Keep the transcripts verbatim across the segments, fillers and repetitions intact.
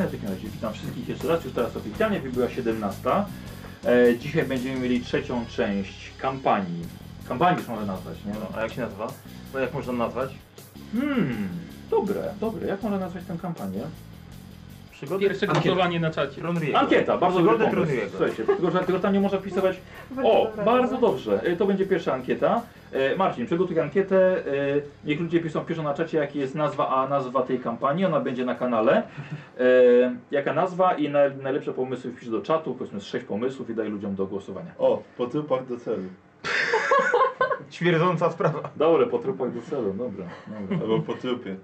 w takim razie witam wszystkich jeszcze raz, już teraz oficjalnie wybyła siedemnasta. E, dzisiaj będziemy mieli trzecią część kampanii. Kampanii już można nazwać, nie? No, a jak się nazywa? No jak można nazwać? Hmm, dobre, dobre. Jak można nazwać tę kampanię? Przygody... Pierwsze głosowanie na czacie. Tronriego. Ankieta, bardzo dobry Przygody pomysł. Tronriego. Słuchajcie, tylko, że tylko tam nie można wpisywać. O, bardzo dobrze. E, To będzie pierwsza ankieta. E, Marcin, przygotuj ankietę. E, Niech ludzie piszą, piszą na czacie, jaka jest nazwa, a nazwa tej kampanii. Ona będzie na kanale. E, Jaka nazwa i na, najlepsze pomysły wpisz do czatu. Powiedzmy z sześć pomysłów i daj ludziom do głosowania. O, po trupach do celu. Śmierdząca sprawa. Dobre, po trupach do celu, dobra. dobra. Albo po trupie.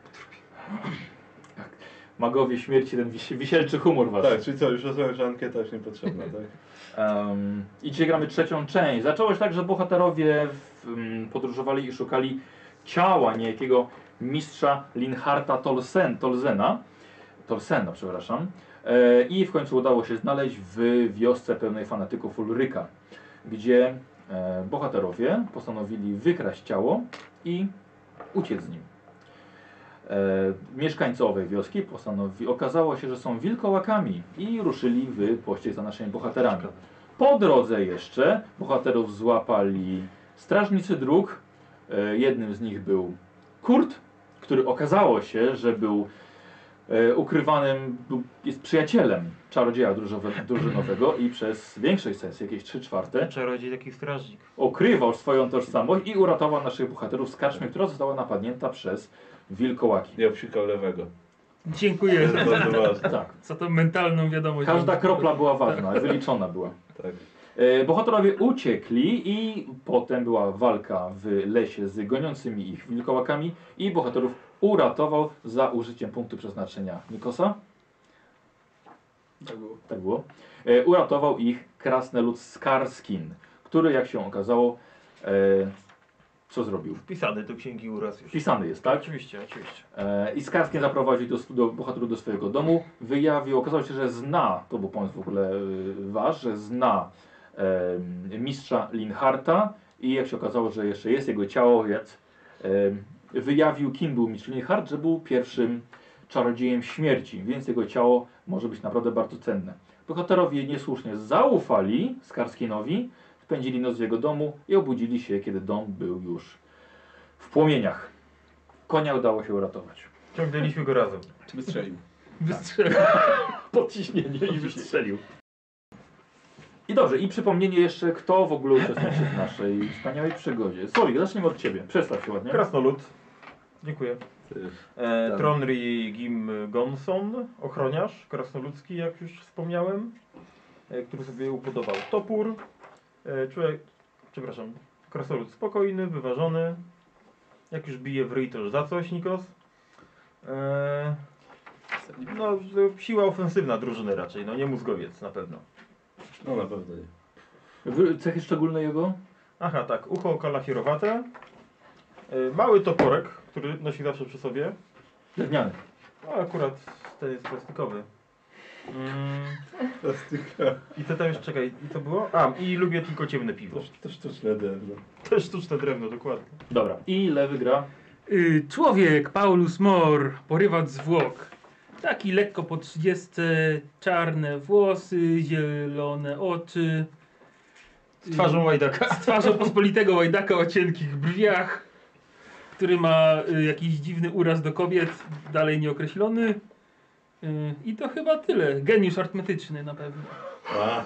Magowie śmierci, ten wisi, wisielczy humor wasz. Tak, czyli co, już rozumiem, że ankieta już niepotrzebna, tak? Um, I dzisiaj gramy trzecią część. Zaczęło się tak, że bohaterowie w, um, podróżowali i szukali ciała niejakiego mistrza Linharta Tolsen, Tolzena, Tolsena, przepraszam. E, I w końcu udało się znaleźć w wiosce pełnej fanatyków Ulryka, gdzie e, bohaterowie postanowili wykraść ciało i uciec z nim. E, mieszkańcy owej wioski postanowi, okazało się, że są wilkołakami i ruszyli w pościg za naszymi bohaterami. Po drodze jeszcze bohaterów złapali strażnicy dróg. E, jednym z nich był Kurt, który okazało się, że był e, ukrywanym, był, jest przyjacielem czarodzieja drużynowe- drużynowego i przez większość sesji, jakieś trzy czwarte, Czarodziej taki strażnik. okrywał swoją tożsamość i uratował naszych bohaterów z karczmy, która została napadnięta przez wilkołaki. Nie obsikał lewego. Dziękuję To jest bardzo ważne. Tak. za tą mentalną wiadomość. Każda kropla była ważna, wyliczona była. Tak. E, bohaterowie uciekli i potem była walka w lesie z goniącymi ich wilkołakami i bohaterów uratował za użyciem punktu przeznaczenia Nikosa. Tak było. Tak było. E, uratował ich krasnolud Skarskin, który jak się okazało, e, co zrobił? Wpisany do księgi uraz już. Wpisany jest, tak? Oczywiście, oczywiście. E, I Skarskin zaprowadził do, do bohaterów do swojego domu, wyjawił, okazało się, że zna, to był pomysł w ogóle y, wasz, że zna e, mistrza Linharta i jak się okazało, że jeszcze jest jego ciało, więc e, wyjawił, kim był mistrz Linhart, że był pierwszym czarodziejem śmierci, więc jego ciało może być naprawdę bardzo cenne. Bohaterowie niesłusznie zaufali Skarskinowi, spędzili noc w jego domu i obudzili się, kiedy dom był już w płomieniach. Konia udało się uratować. Ciągnęliśmy go razem. Wystrzelił. Wystrzelił. Podciśnienie i wystrzelił. I dobrze, i przypomnienie jeszcze, kto w ogóle uczestniczy w naszej wspaniałej przygodzie. Solik, zaczniemy od Ciebie. Przedstaw się ładnie. Krasnolud. Dziękuję. E, Tak. Tronri Gim Gonson, ochroniarz krasnoludzki, jak już wspomniałem, e, który sobie upodobał topór. E, człowiek, przepraszam, krasnolud spokojny, wyważony. Jak już bije w ryj, to już za coś, Nikos. E, no, z- siła ofensywna drużyny raczej, no nie mózgowiec na pewno. No na pewno nie. Wy- Cechy szczególne jego? Aha, tak, ucho kalachierowate. E, mały toporek, który nosi zawsze przy sobie. Drewniany. No akurat ten jest plastikowy. Mm, Plastyka. I co tam jeszcze, czekaj, i to było? A, i lubię tylko ciemne piwo. To, to sztuczne drewno. Też sztuczne drewno, dokładnie. Dobra. I lewy gra. Y, Człowiek, Paulus Mor, porywacz zwłok. Taki lekko po trzydziestce, czarne włosy, zielone oczy. Z twarzą łajdaka. Z twarzą pospolitego łajdaka o cienkich brwiach, który ma y, jakiś dziwny uraz do kobiet, dalej nieokreślony. Y, I to chyba tyle. Geniusz arytmetyczny na pewno. A.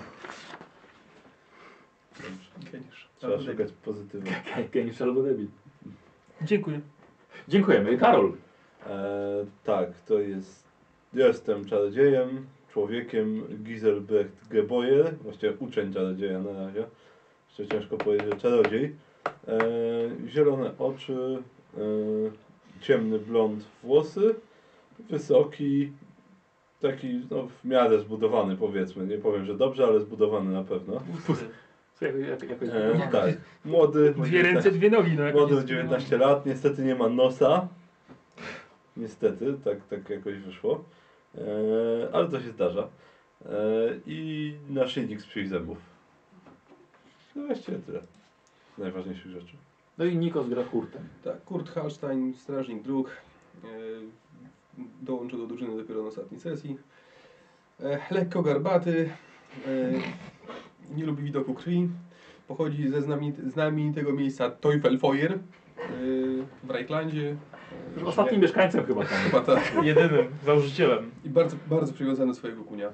Geniusz. Trzeba szukać pozytywnie. Geniusz albo debil. Dziękuję. Dziękujemy. Karol. E, tak, to jest... Jestem czarodziejem, człowiekiem Giselbrecht Geboyer, właściwie uczeń czarodzieja na razie. Jeszcze ciężko powiedzieć, że czarodziej. E, zielone oczy, e, ciemny blond włosy, wysoki, taki no, w miarę zbudowany powiedzmy. Nie powiem, że dobrze, ale zbudowany na pewno. Jak, jak, jakoś E, tak, młody. Dwie ręce, dwie nogi. No, jak Młody, jest- dziewiętnaście lat, niestety nie ma nosa. Niestety, tak, tak jakoś wyszło. E, ale to się zdarza. E, I naszyjnik z psich zębów. No właściwie tyle. Z najważniejszych rzeczy. No i Nikos gra hurtem. Tak, Kurt Hallstein, strażnik dróg. Yy, dołączył do drużyny dopiero na ostatniej sesji. E, lekko garbaty, e, nie lubi widoku krwi. Pochodzi ze znamienite, znamienitego miejsca Teufelfeuer e, w Reichlandzie. E, Ostatnim mieszkańcem chyba tam. Chyba tak. Jedynym założycielem. I bardzo, bardzo przywiązany do swojego kunia.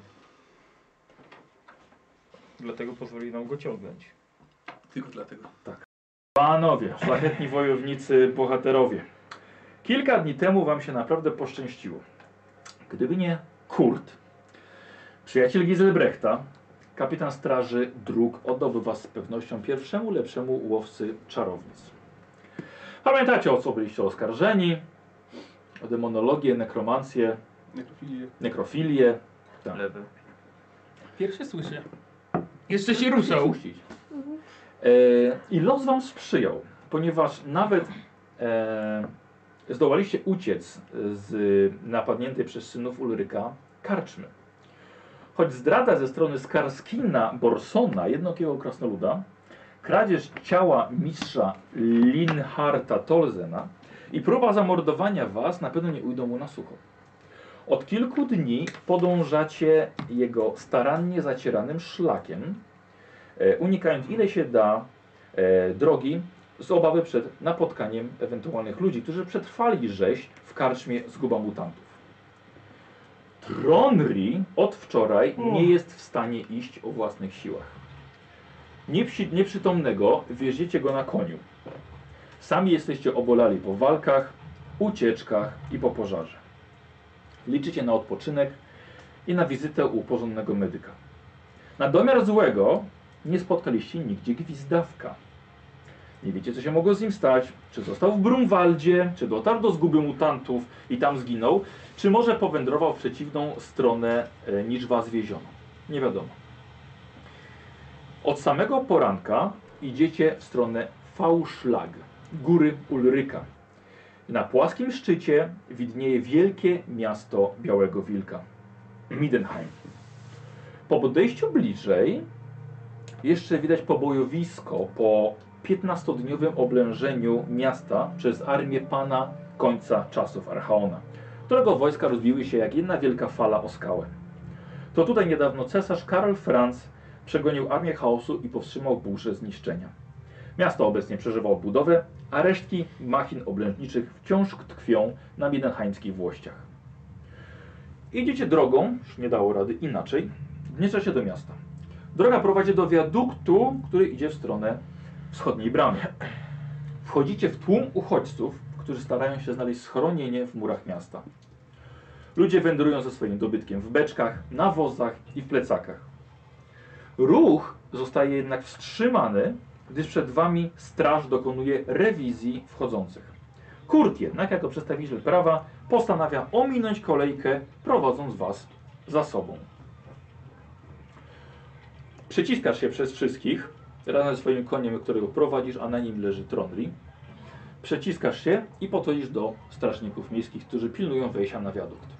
Dlatego pozwoli nam go ciągnąć. Tylko dlatego. Panowie, szlachetni wojownicy, bohaterowie. Kilka dni temu wam się naprawdę poszczęściło. Gdyby nie Kurt, przyjaciel Giselbrechta, kapitan straży dróg oddałby was z pewnością pierwszemu lepszemu łowcy czarownic. Pamiętacie, o co byliście oskarżeni? O demonologię, nekromancję, Nekrofilię. nekrofilię. Tak. Lewy. Pierwszy słyszę. Jeszcze się ruszał. Puścić. E, I los wam sprzyjał, ponieważ nawet e, zdołaliście uciec z napadniętej przez synów Ulryka karczmy. Choć zdrada ze strony Skarskina Borsona, jednokiego krasnoluda, kradzież ciała mistrza Linharta Tolzena i próba zamordowania was na pewno nie ujdą mu na sucho. Od kilku dni podążacie jego starannie zacieranym szlakiem, e, unikając ile się da e, drogi z obawy przed napotkaniem ewentualnych ludzi, którzy przetrwali rzeź w karczmie Zguba Mutantów. Tronri od wczoraj nie jest w stanie iść o własnych siłach. Niepsi, nieprzytomnego wieziecie go na koniu. Sami jesteście obolali po walkach, ucieczkach i po pożarze. Liczycie na odpoczynek i na wizytę u porządnego medyka. Na domiar złego nie spotkaliście nigdzie gwizdawka. Nie wiecie, co się mogło z nim stać, czy został w Brunwaldzie, czy dotarł do Zguby Mutantów i tam zginął, czy może powędrował w przeciwną stronę e, niż was wieziono. Nie wiadomo. Od samego poranka idziecie w stronę Fauschlag, góry Ulryka. Na płaskim szczycie widnieje wielkie miasto Białego Wilka, Midenheim. Po podejściu bliżej jeszcze widać pobojowisko po piętnastodniowym oblężeniu miasta przez armię pana końca czasów Archaona, którego wojska rozbiły się jak jedna wielka fala o skałę. To tutaj niedawno cesarz Karol Franz przegonił armię chaosu i powstrzymał burzę zniszczenia. Miasto obecnie przeżywa odbudowę, a resztki machin oblężniczych wciąż tkwią na midenheimskich włościach. Idziecie drogą, już nie dało rady inaczej, zbliża się do miasta. Droga prowadzi do wiaduktu, który idzie w stronę wschodniej bramy. Wchodzicie w tłum uchodźców, którzy starają się znaleźć schronienie w murach miasta. Ludzie wędrują ze swoim dobytkiem w beczkach, na wozach i w plecakach. Ruch zostaje jednak wstrzymany, gdyż przed wami straż dokonuje rewizji wchodzących. Kurt jednak, jako przedstawiciel prawa, postanawia ominąć kolejkę, prowadząc was za sobą. Przeciskasz się przez wszystkich, razem ze swoim koniem, którego prowadzisz, a na nim leży Tronri. Przeciskasz się i podchodzisz do strażników miejskich, którzy pilnują wejścia na wiadukt.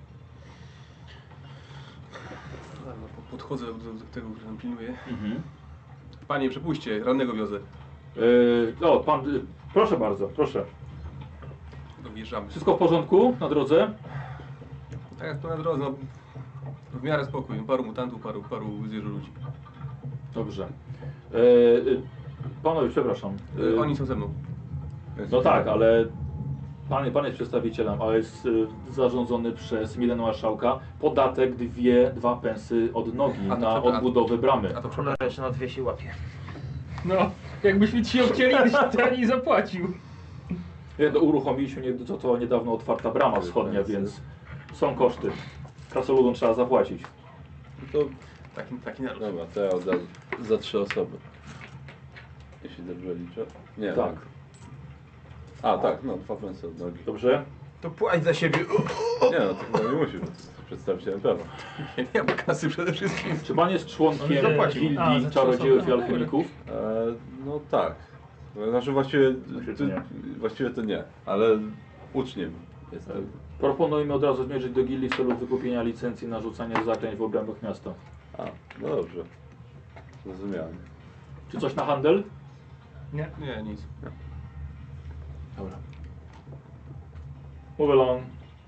Dobra, po- Podchodzę do, do tego, który nam pilnuje. Mhm. Panie, przepuśćcie, rannego wiozę. Yy, o, pan, yy, proszę bardzo, proszę. Dojeżdżamy. Wszystko w porządku na drodze? Tak jak to na drodze, no, w miarę spokój. Paru mutantów, paru, paru zwierzę ludzi. Dobrze. Yy, yy, panowie, przepraszam. Yy, Oni są ze mną. No tak, ale pan, pan jest przedstawicielem, ale jest y, zarządzony przez Milenę Marszałka podatek dwie, dwa pensy od nogi A to na przepra- odbudowę bramy. A to Cholera, przepraszam. jeszcze na dwie się łapie. No, jakbyśmy ci obcięli, byś taniej zapłacił. Nie, no, uruchomiliśmy nie, to, to niedawno otwarta brama wschodnia, więc są koszty. Krasoludom trzeba zapłacić. To Taki, taki naród. dobra, to ja od razu za trzy osoby. Jeśli dobrze liczę. Nie. Tak. A tak, no dwa pensy od nogi. Dobrze? To płać za siebie. Nie no, to chyba nie musisz przedstawicielem prawa. Nie, nie ma kasy przede wszystkim. Czy pan jest członkiem On zapłacił. A, gildii za trzy czarodziejów i osoby. alchemików? E, no tak. Znaczy właściwie, Właściwie to ty, nie. właściwie to nie, ale uczniem jestem. Proponujmy od razu zmierzyć do gildii w celu wykupienia licencji na rzucanie zaklęć w obrębach miasta. A, no dobrze. Zrozumiałem. Czy coś na handel? Nie. Nie, nic. Dobra. Move along.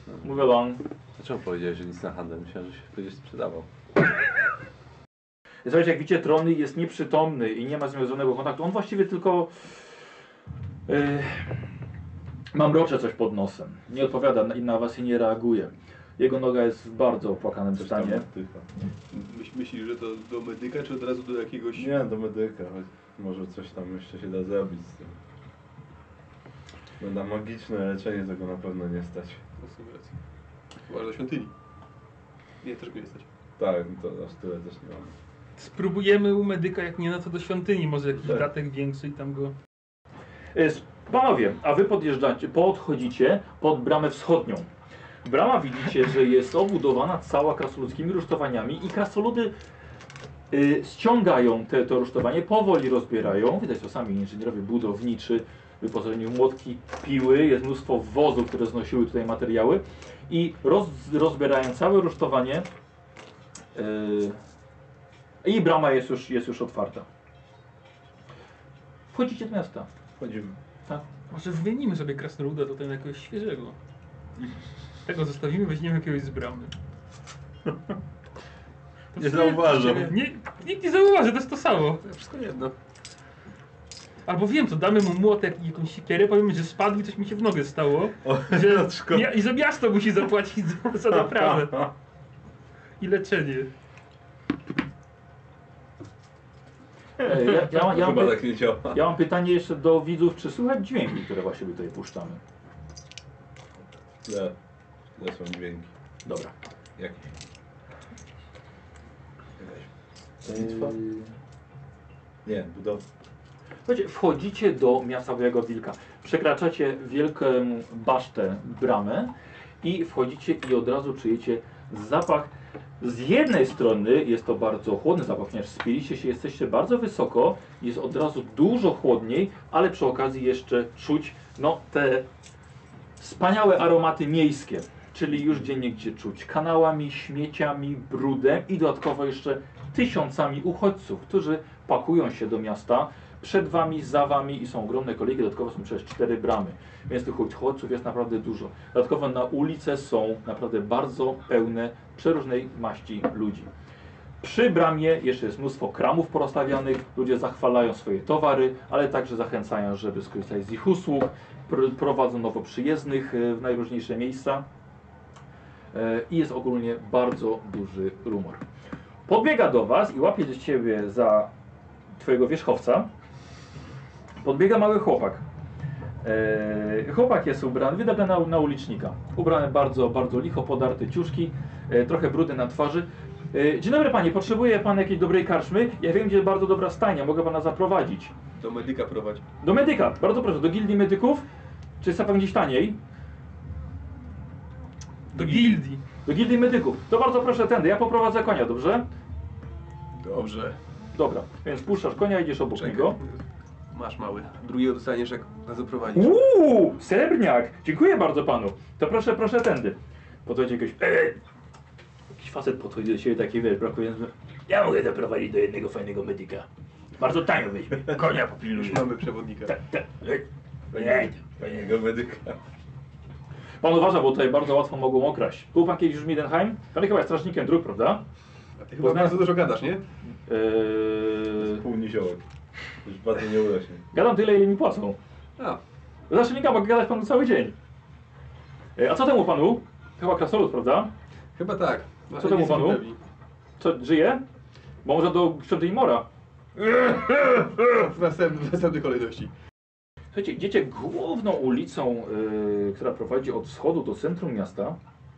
Mówię wam. Dlaczego powiedziałeś, że nic na handel? Myślałem, że się będziesz sprzedawał. Słuchajcie, jak widzicie, Trony jest nieprzytomny i nie ma z nim żadnego kontaktu. On właściwie tylko... Yy, mamrocze coś pod nosem. Nie odpowiada na, na was i nie reaguje. Jego noga jest w bardzo opłakanym Coś tam stanie. oddycha. Myśl, myślisz, że to do medyka, czy od razu do jakiegoś... Nie, do medyka. choć Może coś tam jeszcze się da zrobić z tym. No na magiczne leczenie tego na pewno nie stać. No, w sumie racja. Chyba, że do świątyni. Nie, też go nie stać. Tak, no to aż tyle też nie mamy. Spróbujemy u medyka, jak nie no to do świątyni, może jakiś Tak. datek większy i tam go... Yy, Panowie, a wy podjeżdżacie, podchodzicie pod bramę wschodnią. Brama widzicie, że jest obudowana cała krasnoludzkimi rusztowaniami i krasnoludy y, ściągają te, to rusztowanie, powoli rozbierają. Widać to sami inżynierowie budowniczy, wyposażeni w młotki, piły, jest mnóstwo wozów, które znosiły tutaj materiały i roz, rozbierają całe rusztowanie y, i brama jest już, jest już otwarta. Wchodzicie do miasta. Wchodzimy. Tak? Może wymienimy sobie krasnoluda do tego jakiegoś świeżego. Tego zostawimy, weźmiemy jakiegoś z bramy. To Nie w sumie- zauważą. Nie, nikt nie zauważy, to jest to samo. To wszystko jedno. Albo wiem co, damy mu młotek i jakąś siekierę, powiemy, że spadł i coś mi się w nogę stało. O, Że no, szkoda. mia- I że miasto musi zapłacić za, za naprawę i leczenie. E, ja, ja, ja, ja, mam Chyba py- tak nie działa. ja mam pytanie jeszcze do widzów, czy słychać dźwięki, które właśnie tutaj puszczamy? Tle. Tle są dźwięki. Dobra. Jakieś. Jakaś bitwa? Nie, budowa. Słuchajcie, wchodzicie do miasta Białego Wilka. Przekraczacie wielką basztę, bramę i wchodzicie i od razu czujecie zapach. Z jednej strony jest to bardzo chłodny zapach, ponieważ spieliście się, jesteście bardzo wysoko, jest od razu dużo chłodniej, ale przy okazji jeszcze czuć no, te wspaniałe aromaty miejskie, czyli już gdzieniegdzie czuć kanałami, śmieciami, brudem i dodatkowo jeszcze tysiącami uchodźców, którzy pakują się do miasta przed wami, za wami i są ogromne kolejki, dodatkowo są przecież cztery bramy, więc tych uchodźców jest naprawdę dużo. Dodatkowo na ulice są naprawdę bardzo pełne przeróżnej maści ludzi. Przy bramie jeszcze jest mnóstwo kramów porozstawianych, ludzie zachwalają swoje towary, ale także zachęcają, żeby skorzystać z ich usług, pr prowadzą nowo przyjezdnych e, w najróżniejsze miejsca e, i jest ogólnie bardzo duży rumor. Podbiega do was i łapie ciebie za twojego wierzchowca. Podbiega mały chłopak. E, chłopak jest ubrany, wydaje na, na ulicznika. Ubrany bardzo, bardzo licho, podarte ciuszki, e, trochę brudny na twarzy. E, dzień dobry panie, potrzebuje pan jakiejś dobrej karczmy? Ja wiem, gdzie jest bardzo dobra stajnia, mogę pana zaprowadzić. Do medyka prowadź. Do medyka, bardzo proszę, do gildii medyków? Czy jest pan gdzieś taniej? Do gildii. Do gildii medyków. To bardzo proszę tędy, ja poprowadzę konia, dobrze? Dobrze. Dobra, więc puszczasz konia, idziesz obok Czekaj. niego. Masz mały. Drugiego dostaniesz, jak nas zaprowadzisz. Uuu, srebrniak! Dziękuję bardzo panu. To proszę, proszę tędy. Podchodzi jakiś... Eee, jakiś facet podchodzi do siebie, taki wiesz, brakuje... Ja mogę zaprowadzić do jednego fajnego medyka. Bardzo tanio weźmie. Konia popilnuje. Już mamy przewodnika. Tak, tak. Nie, Fajnego medyka. Pan uważa, bo tutaj bardzo łatwo mogą okraść. Był pan kiedyś już w Midenheim? Pan chyba jest strażnikiem dróg, prawda? A ty chyba bardzo dużo gadasz, nie? Eee, Pół niziołek. Już bardzo nie urośnie. gadam tyle, ile mi płacą. A, Zawsze nie mogę gadać panu cały dzień. Eee, a co temu panu? Chyba krasolud, prawda? chyba tak. Co temu Nie panu? jesteśmy pewni. Co, żyje? Bo może do świątyni Mora. W następnej, w następnej kolejności. Słuchajcie, idziecie główną ulicą, yy, która prowadzi od wschodu do centrum miasta.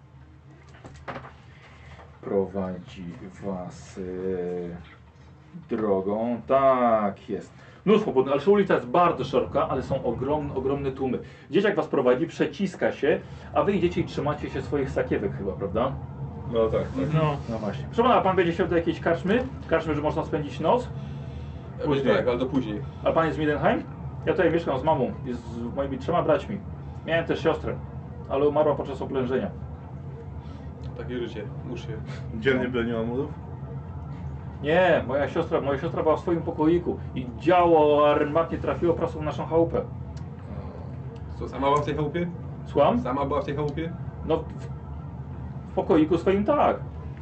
Prowadzi was yy, drogą. Tak jest. Mnóstwo budynków, ale ulica jest bardzo szeroka, ale są ogromne, ogromne tłumy. Dzieciak was prowadzi, przeciska się, a wy idziecie i trzymacie się swoich sakiewek chyba, prawda? No tak, tak. No. No właśnie. Proszę pana, pan będzie się do jakiejś karczmy? Karczmy, że można spędzić noc? Później. Tak, ale to później. A pan jest z Midenheim? Ja tutaj mieszkam z mamą i z moimi trzema braćmi. Miałem też siostrę, ale umarła podczas oblężenia. Takie życie. Muszę się. Dzielnie broniła murów? Nie, moja siostra, moja siostra była w swoim pokoiku i działo armatnie trafiło prosto w naszą chałupę. Co, sama była w tej chałupie? Słucham? Sama była w tej chałupie? No, w, w pokoiku swoim tak.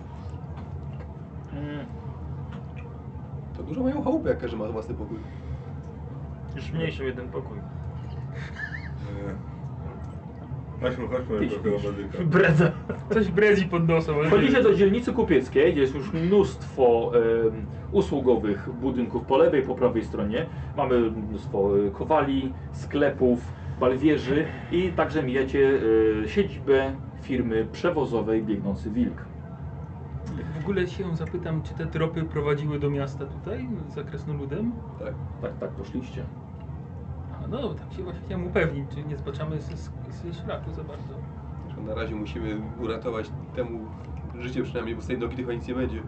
Mm. To dużo mają chałupy, jak każdy ma własny pokój. Już mniejszy jeden pokój. Chodźmy, chodźmy Ty do tego śpisz. medyka. Bredza. Coś bredzi pod nosem. ale Wchodzicie nie- do dzielnicy kupieckiej, gdzie jest już mnóstwo em, usługowych budynków po lewej, po prawej stronie. Mamy mnóstwo e, kowali, sklepów, balwierzy i także mijacie e, siedzibę firmy przewozowej Biegnący Wilk. W ogóle się zapytam, czy te tropy prowadziły do miasta tutaj, za Krasnoludem? Tak. Tak, tak, poszliście. A no, tak się właśnie chciałem upewnić, czy nie zbaczamy ze, ze szlaku za bardzo. Zresztą na razie musimy uratować temu życie przynajmniej, bo z tej nogi chyba nic nie będzie.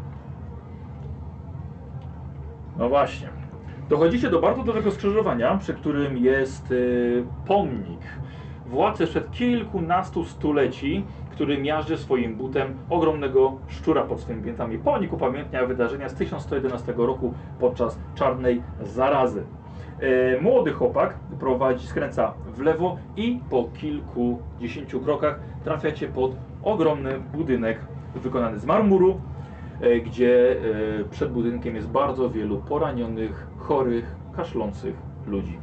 No właśnie. Dochodzicie do bardzo dobrego skrzyżowania, przy którym jest y, pomnik władcy sprzed kilkunastu stuleci, który miażdży swoim butem ogromnego szczura pod swoimi piętami. Pomnik upamiętnia wydarzenia z tysiąc sto jedenastego roku podczas czarnej zarazy. E, młody chłopak prowadzi, skręca w lewo i po kilkudziesięciu krokach trafiacie pod ogromny budynek wykonany z marmuru, e, gdzie e, przed budynkiem jest bardzo wielu poranionych, chorych, kaszlących ludzi.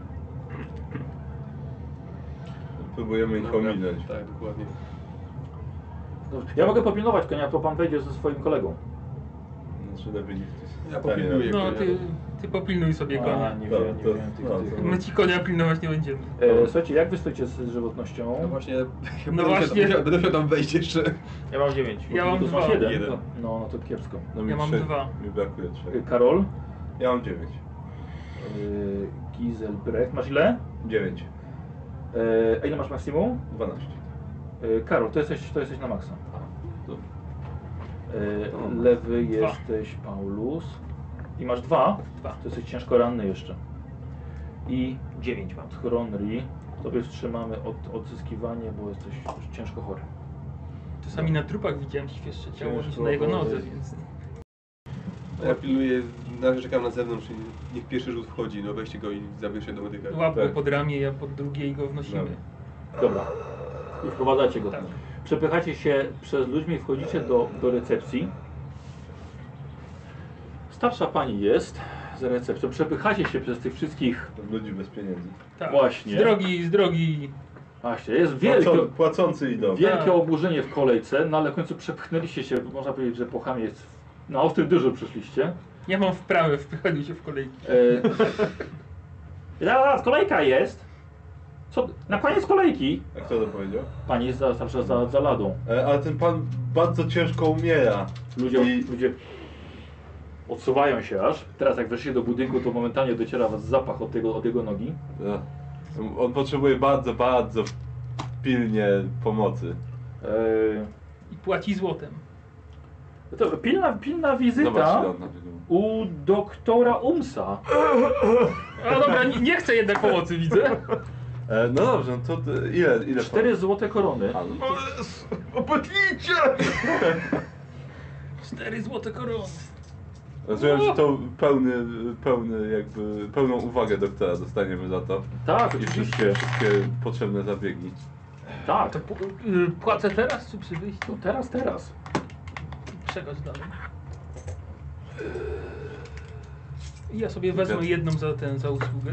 Próbujemy ich Dobra. ominąć. Tak, dokładnie. Ja mogę popilnować konia, to pan wejdzie ze swoim kolegą. Znaczy lepiej niż ty. Ja popilnuję. No, konia. ty, ty popilnuj sobie A, konia. nie Dobra, wiem, nie to- wiem. Tych, no, tych. to- My ci konia pilnować nie będziemy. E, słuchajcie, jak wy stoicie z żywotnością? No właśnie, No będę, właśnie. Musiał, będę musiał tam wejść jeszcze. Ja mam dziewięć. Ja mam Tu masz dwa. jeden. Jeden. No, no to kiepsko. No mi Ja mam trzech, dwa. Mi brakuje E, trzech. Karol? Ja mam dziewięć. E, Giselbrecht. Masz ile? Dziewięć. E, a ile masz maksimum? Dwanaście. E, Karol, to jesteś, to jesteś na maksa. Dobra. E, lewy Dwa. jesteś Paulus. I masz dwa? Dwa. To jesteś ciężko ranny jeszcze. I Dziewięć mam. Hronri. Tobie wstrzymamy od, odzyskiwanie, bo jesteś już ciężko chory. Czasami na trupach widziałem świeższe ciało niż Ciężko na jego nodze, chory. więc... Ja pilnuję, na razie czekam na zewnątrz i niech pierwszy rzut wchodzi, no weźcie go i zabierzcie do medyka. Łap go Tak. pod ramię, ja pod drugie i go wnosimy. Dobra. Dobra. I wprowadzacie go. Tak. Przepychacie się przez ludźmi i wchodzicie do, do recepcji. Starsza pani jest za recepcją. Przepychacie się przez tych wszystkich. Ludzi bez pieniędzy. Tak. Właśnie. Z drogi, z drogi. Właśnie, jest wielkie, Płacą, płacący idą. wielkie Tak. oburzenie w kolejce, no ale w końcu przepchnęliście się, można powiedzieć, że po chamie jest na ostry dyżur przyszliście. Ja mam wprawę w pychaniu się w kolejki. E... Zaraz, kolejka jest. Co? Na koniec kolejki. A kto to powiedział? Pani jest za, za, za, za ladą. E, ale ten pan bardzo ciężko umiera. Ludzie, I- ludzie odsuwają się aż. Teraz jak weszli do budynku, to momentalnie dociera was zapach od, tego, od jego nogi. E, On potrzebuje bardzo, bardzo pilnie pomocy. E... I płaci złotem. To pilna, pilna wizyta Zobacz, ile on na wygląda. u doktora Umsa. A dobra, nie, nie chcę jednak pomocy, widzę. E, no dobrze, no to to ile, ile Cztery złote korony. pan? A, no to... Opotlicie! Cztery złote korony. Rozumiem, że to pełny, pełny jakby, pełną uwagę doktora dostaniemy za to. Tak, I wszystkie, oczywiście. wszystkie potrzebne zabiegi. Tak. To pu- y, płacę teraz czy przy wyjściu? No teraz, teraz. Przekaz dalej. I ja sobie wezmę Wiat- jedną za ten, za usługę.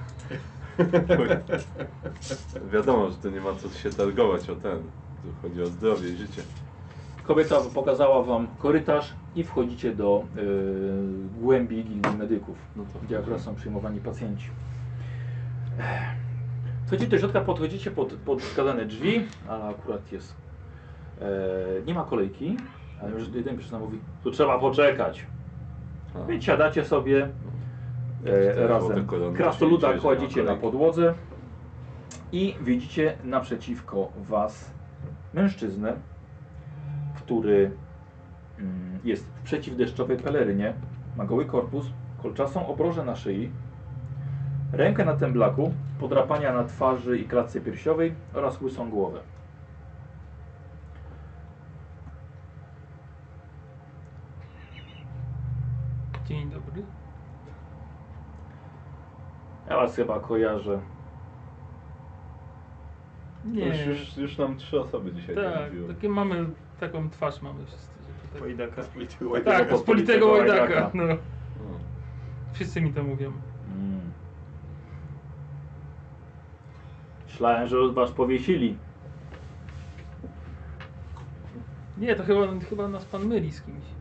Wiadomo, że to nie ma co się targować o ten. Tu chodzi o zdrowie i życie. Kobieta pokazała wam korytarz i wchodzicie do yy, głębi gildii medyków, No to gdzie akurat są przyjmowani pacjenci. Wchodzicie do środka, podchodzicie pod, pod wskazane drzwi, ale akurat jest. E, nie ma kolejki, ale już jeden mężczyzna mówi, tu trzeba poczekać. A. Więc siadacie sobie Cztery e, złote razem. korony, Krasnoluda czyli że nie ma kładziecie na kolejki. podłodze i widzicie naprzeciwko was mężczyznę, który mm, jest w przeciwdeszczowej pelerynie, ma goły korpus, kolczastą obrożę na szyi, rękę na temblaku, podrapania na twarzy i klatce piersiowej oraz łysą głowę. Dzień dobry. Ja was chyba kojarzę. Nie, Już, już, już nam trzy osoby dzisiaj to tak, mówiły. takie mamy, taką twarz mamy wszyscy, że tutaj... Łajdaka. Polityku Tak, pospolitego z politego łajdaka, łajdaka. no. No. Wszyscy mi to mówią. Mm. Myślałem, że was powiesili. Nie, to chyba, chyba nas pan myli z kimś.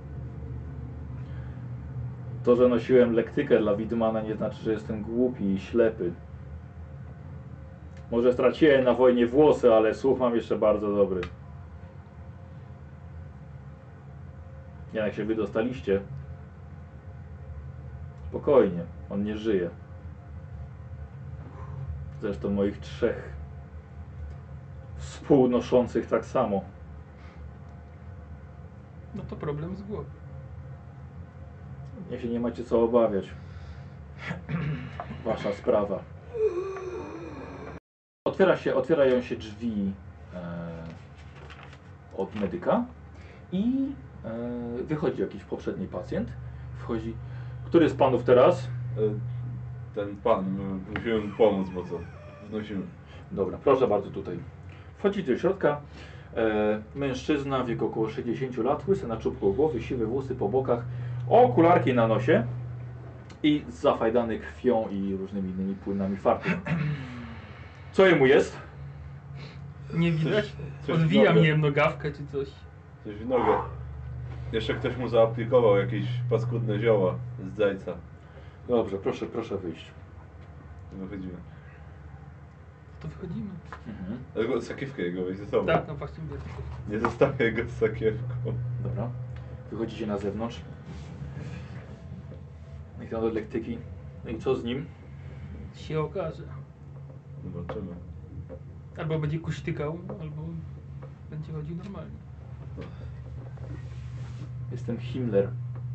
To, że nosiłem lektykę dla Widmana, nie znaczy, że jestem głupi i ślepy. Może straciłem na wojnie włosy, ale słuch mam jeszcze bardzo dobry. Nie, jak się wydostaliście. Spokojnie, on nie żyje. Zresztą moich trzech współnoszących tak samo. No to problem z głowy. Nie się nie macie co obawiać. Wasza sprawa. Otwiera się, otwierają się drzwi e, od medyka i e, wychodzi jakiś poprzedni pacjent. Wchodzi. Który z panów teraz? E, Ten pan, my musimy mu pomóc, bo co? Wnosimy. Dobra, proszę bardzo tutaj. Wchodzi do środka. E, mężczyzna w wieku około sześćdziesięciu lat, łysy na czubku głowy, siwe włosy po bokach, okularki na nosie i zafajdany krwią i różnymi innymi płynami fartuch. Co jemu jest? Nie widać? coś w Odwija nogę. mnie nogawkę czy coś. Coś w nogę. Jeszcze ktoś mu zaaplikował jakieś paskudne zioła z zajca. Dobrze, proszę, proszę wyjść. Wychodzimy. To wychodzimy. Mhm. Tylko sakiewkę jego weź ze sobą. Tak, no właśnie mówię. Nie zostawiaj go z sakiewką. Dobra. Wychodzicie na zewnątrz. Niech tam do lektyki. No i co z nim? Się okaże. Zobaczymy. Albo będzie kuśtykał, albo będzie chodził normalnie. Jestem Himmler.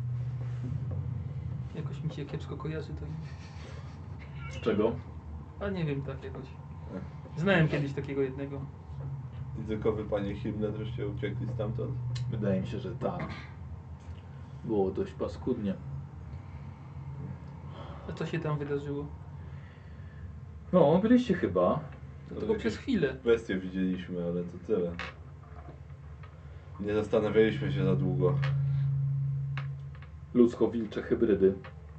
Jakoś mi się kiepsko kojarzy to. Z czego? A nie wiem, tak jakoś. Znałem kiedyś takiego jednego. Językowy panie Himmler żeście uciekli stamtąd? Wydaje mi się, że tak. Było dość paskudnie. A co się tam wydarzyło? No, byliście chyba. To No, tylko jakieś przez chwilę. Bestie widzieliśmy, ale to tyle. Nie zastanawialiśmy się za długo. Ludzko-wilcze hybrydy.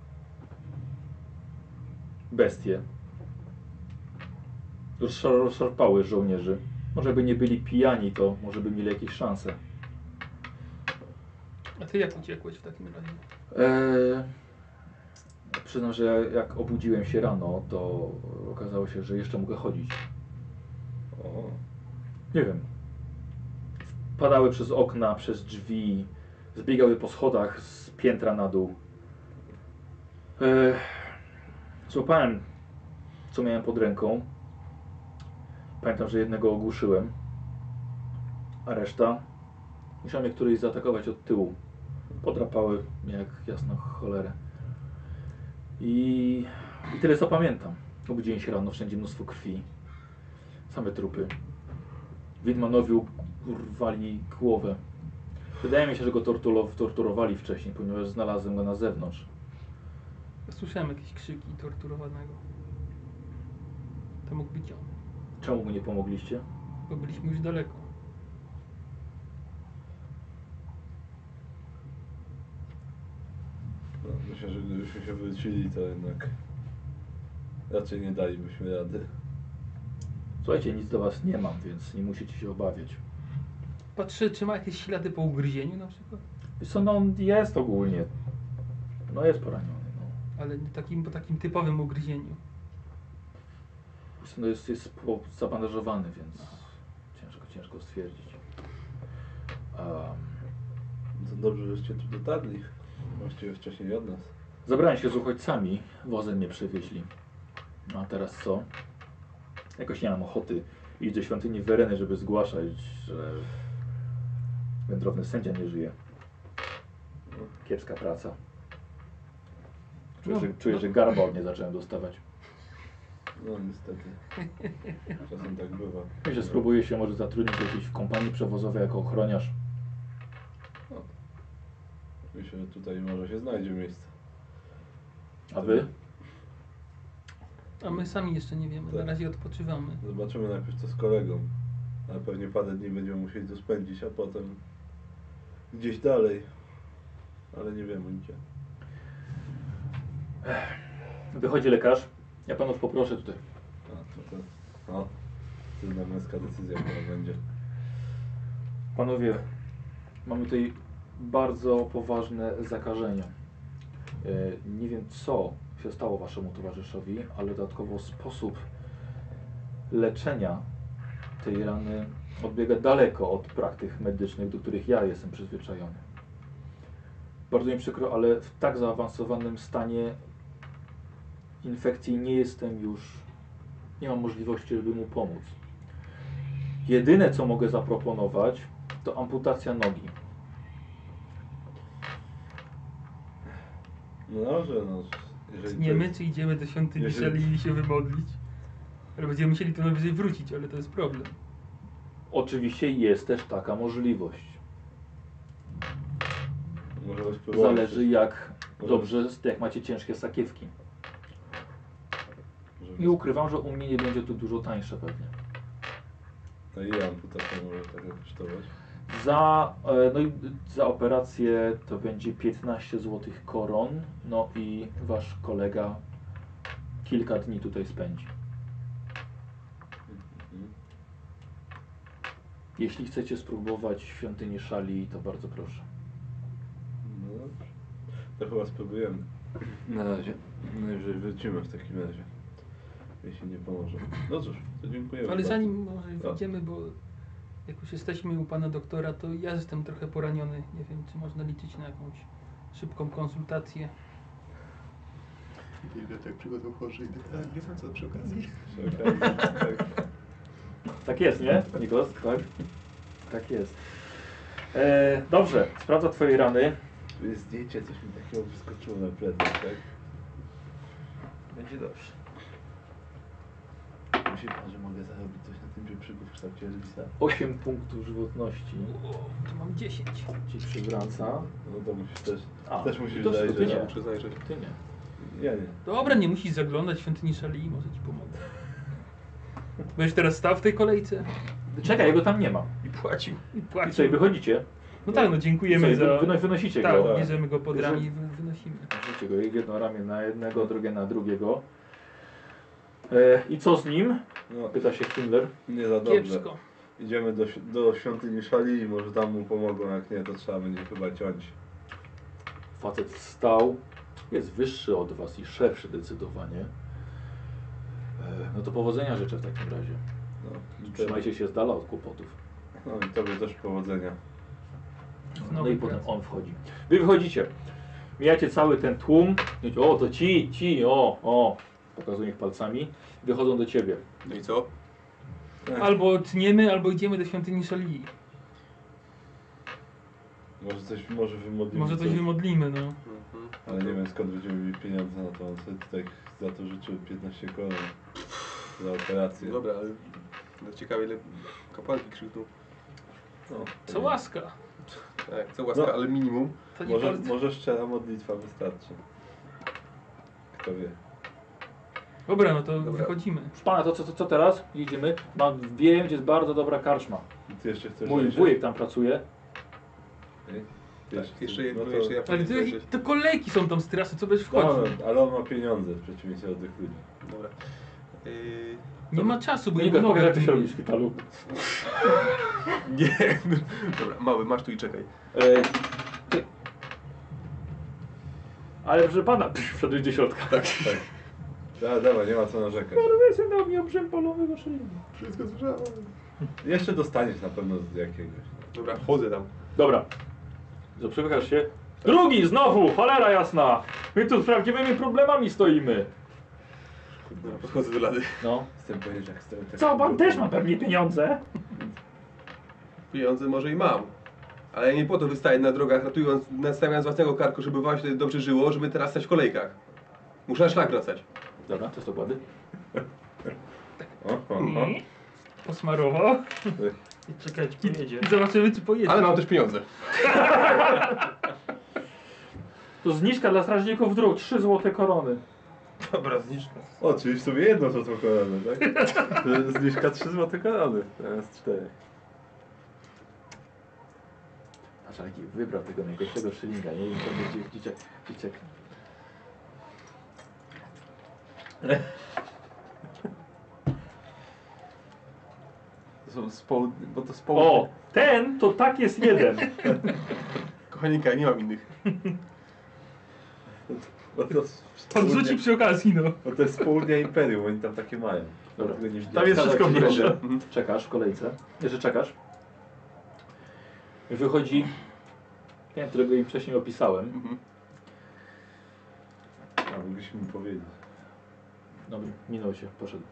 Bestie. Rozszar rozszarpały żołnierzy. Może by nie byli pijani, to może by mieli jakieś szanse. A ty jak uciekłeś w takim razie? Eee, przyznam, że jak obudziłem się rano, to okazało się, że jeszcze mogę chodzić. O, Nie wiem. Padały przez okna, przez drzwi, zbiegały po schodach z piętra na dół. Eee, złapałem, co miałem pod ręką. Pamiętam, że jednego ogłuszyłem, a reszta musiałem je któryś zaatakować od tyłu. Podrapały mnie jak jasno cholerę. I, I tyle co pamiętam. Obudziłem się rano, wszędzie mnóstwo krwi. Same trupy. Widmanowi urwali głowę. Wydaje mi się, że go tortulo- torturowali wcześniej, ponieważ znalazłem go na zewnątrz. Słyszałem jakieś krzyki torturowanego. To mógł być on, Czemu mu nie pomogliście? bo byliśmy już daleko. no, myślę, że gdybyśmy się wrócili, to jednak raczej nie dalibyśmy rady. Słuchajcie, nic do was nie mam, więc nie musicie się obawiać. Patrzę, czy ma jakieś ślady po ugryzieniu na przykład. Wiesz co, no on jest ogólnie. No jest poraniony. No. Ale nie takim, po takim typowym ugryzieniu. Wiesz co, no jest, jest po- zabandażowany, więc ciężko, ciężko stwierdzić. Um, To dobrze, żeście tu dotarli. Właściwie wcześniej od nas. zabrałem się z uchodźcami, wozem mnie przewieźli. No a teraz co? Jakoś nie mam ochoty iść do świątyni Wereny, żeby zgłaszać, że wędrowny sędzia nie żyje. Kiepska praca. Czuję, No, że, czuję, no. że garba od mnie zacząłem dostawać. No niestety. Czasem tak bywa. Myślę, że spróbuję się może zatrudnić w jakiejś kompanii przewozowej jako ochroniarz. Myślę, że tutaj może się znajdzie miejsce. A wy? A my sami jeszcze nie wiemy, na Tak. razie odpoczywamy. Zobaczymy najpierw co z kolegą. Ale pewnie parę dni będziemy musieli tu spędzić, a potem gdzieś dalej. Ale nie wiemy gdzie. Wychodzi lekarz. Ja panów poproszę tutaj. A, to, to, no, trudna męska decyzja, która będzie. Panowie, mamy tutaj bardzo poważne zakażenia. E, Nie wiem co się stało waszemu towarzyszowi, ale dodatkowo sposób leczenia tej rany odbiega daleko od praktyk medycznych, do których ja jestem przyzwyczajony. Bardzo mi przykro, ale w tak zaawansowanym stanie infekcji nie jestem już, nie mam możliwości, żeby mu pomóc. Jedyne co mogę zaproponować, to amputacja nogi. No dobrze, no. Jeżeli to Tniemy, jest- czy idziemy do świątyni jeżeli- Szeli i się wymodlić? Ale będziemy musieli to najwyżej wrócić, ale to jest problem. Oczywiście jest też taka możliwość. Możemy spróbować. Zależy jak Może- dobrze, jak macie ciężkie sakiewki. Możemy- Nie ukrywam, że u mnie nie będzie to dużo tańsze pewnie. A ile amputacja może tak kosztować? Za, e, no i za operację to będzie piętnaście złotych koron, no i wasz kolega kilka dni tutaj spędzi. Mhm. Jeśli chcecie spróbować świątyni Szali, to bardzo proszę. No dobrze. To chyba spróbujemy. Na razie. Najwyżej wrócimy w takim razie. Jeśli nie pomoże. No cóż, to dziękujemy. Ale bardzo. zanim może Tak. wyjdziemy, bo jak już jesteśmy u pana doktora, to ja jestem trochę poraniony. Nie wiem, czy można liczyć na jakąś szybką konsultację. Bibliotek przygodą chorzy i tak, wie pan co przy okazji? Przy okazji, tak. Tak jest, nie, Nikos? Tak? Tak jest. E, dobrze, sprawdza twoje rany. Tu jest zdjęcie, coś mi takiego wyskoczyło na plecach, tak? Będzie dobrze. Myśli pan, że mogę zarobić coś na tym pieprzyku w kształcie Elvisa? osiem punktów żywotności O, tu mam dziesięć. ci przywraca. No to musisz też, A, też musisz to- to zajrzeć. ty nie. Ja muszę zajrzeć. Ty nie. Ja nie. Dobra, nie musisz zaglądać w świątyni Szali, może ci pomogę. Będziesz teraz stał w tej kolejce Czekaj, jego tam nie ma. i płacił. I I płacił. co, i wychodzicie? No tak, no dziękujemy I co, i za... wy- wyno- Wynosicie Tak, go. bierzemy go pod Bierze- ramię i wy- wynosimy. Wrzucie go jedno ramię na jednego, drugie na drugiego. E, I co z nim? No, Pyta się Himmler. nie za dobrze. Kiepsko. Idziemy do, ś- do świątyni Szali i może tam mu pomogą, jak nie to trzeba będzie chyba ciąć. Facet wstał. Jest wyższy od was i szerszy zdecydowanie. E, no to powodzenia życzę w takim razie. No, i Trzymajcie się z dala od kłopotów. No i tobie też powodzenia. W No nowej i potem pracy. on wchodzi. Wy wychodzicie. Mijacie cały ten tłum. Mówicie, o, to ci, ci, o, o. Pokazują ich palcami. Wychodzą do ciebie. No i co? Albo tniemy, albo idziemy do świątyni Szali. Może coś, może wymodlimy Może coś wymodlimy, no. Mhm. Ale nie wiem skąd będziemy mieli pieniądze na to. On sobie tutaj za to życzył piętnaście koron za operację. Dobra, ale no ciekawe ile kapłanki krzykną. No, Co to łaska. Tak, co łaska, No. ale minimum. To nie Może, bardzo... może szczera modlitwa wystarczy. Kto wie. Dobra, no to Dobra. wychodzimy. Proszę pana, to co, co, co teraz? Jedziemy. Mam wiem, gdzie jest bardzo dobra karczma. I ty jeszcze chcesz Mój zajrzeć? wujek tam pracuje. Okej. Ty Tak, jeszcze no jedno, to- jeszcze ja Ale pójdę to, zajrzeć. to kolejki są tam z trasy, co będziesz No, wchodził? ale on ma pieniądze w przeciwieństwie do tych ludzi. Dobra. Yy, Nie ma czasu, bo Nie jego pokaż, noga jak to się tu- robi w szpitalu. nie, dobra, mały, masz tu i czekaj. E, ty- Ale proszę pana, psz, wszedłeś do środka. Tak. Tak. Da, dawaj, nie ma co narzekać. Kurwa, syna mnie obrzępalonego szyjnego. Wszystko słyszałem. Jeszcze dostaniesz na pewno z jakiegoś. Dobra, chodzę tam. Dobra. Zaprzepychasz się. Drugi znowu, cholera jasna. My tu z prawdziwymi problemami stoimy. Dobra, podchodzę do lady. No. Chcę powiedzieć, jak stoję tak. Co, pan też ma pewnie pieniądze? Pieniądze może i mam. Ale ja nie po to wystaję na drogach, ratując, nastawiając własnego karku, żeby wam się dobrze żyło, żeby teraz stać w kolejkach. Muszę na szlak wracać. Dobra, to jest okłady. O, o, o. Mm. Posmarował. I czekać, pojedzie. I zobaczymy, czy pojedzie. Ale mam też pieniądze. To zniżka dla strażników dróg, trzy złote korony. Dobra, zniszczę. O, czyli w sumie jedno złoto korony, tak? To jest zniżka trzy złote korony, teraz cztery. Patrz, jaki wybrał tego najgorszego szylinga, nie wiem, to będzie dzieciak. dzieciak. To są z południa, bo to z południa. O, ten to tak jest jeden. Kochanika, nie mam innych. Bo to z z Podrzuci południa, przy okazji, no. bo to jest z południa Imperium, oni tam takie mają. Dobra. Tego nie Tam jest Zgadza wszystko ci, w proszę. drodze. Czekasz w kolejce. Jeszcze czekasz. Wychodzi ten, którego im wcześniej opisałem. Mhm. A mogliśmy mi powiedzieć. Dobra, minął się, poszedł.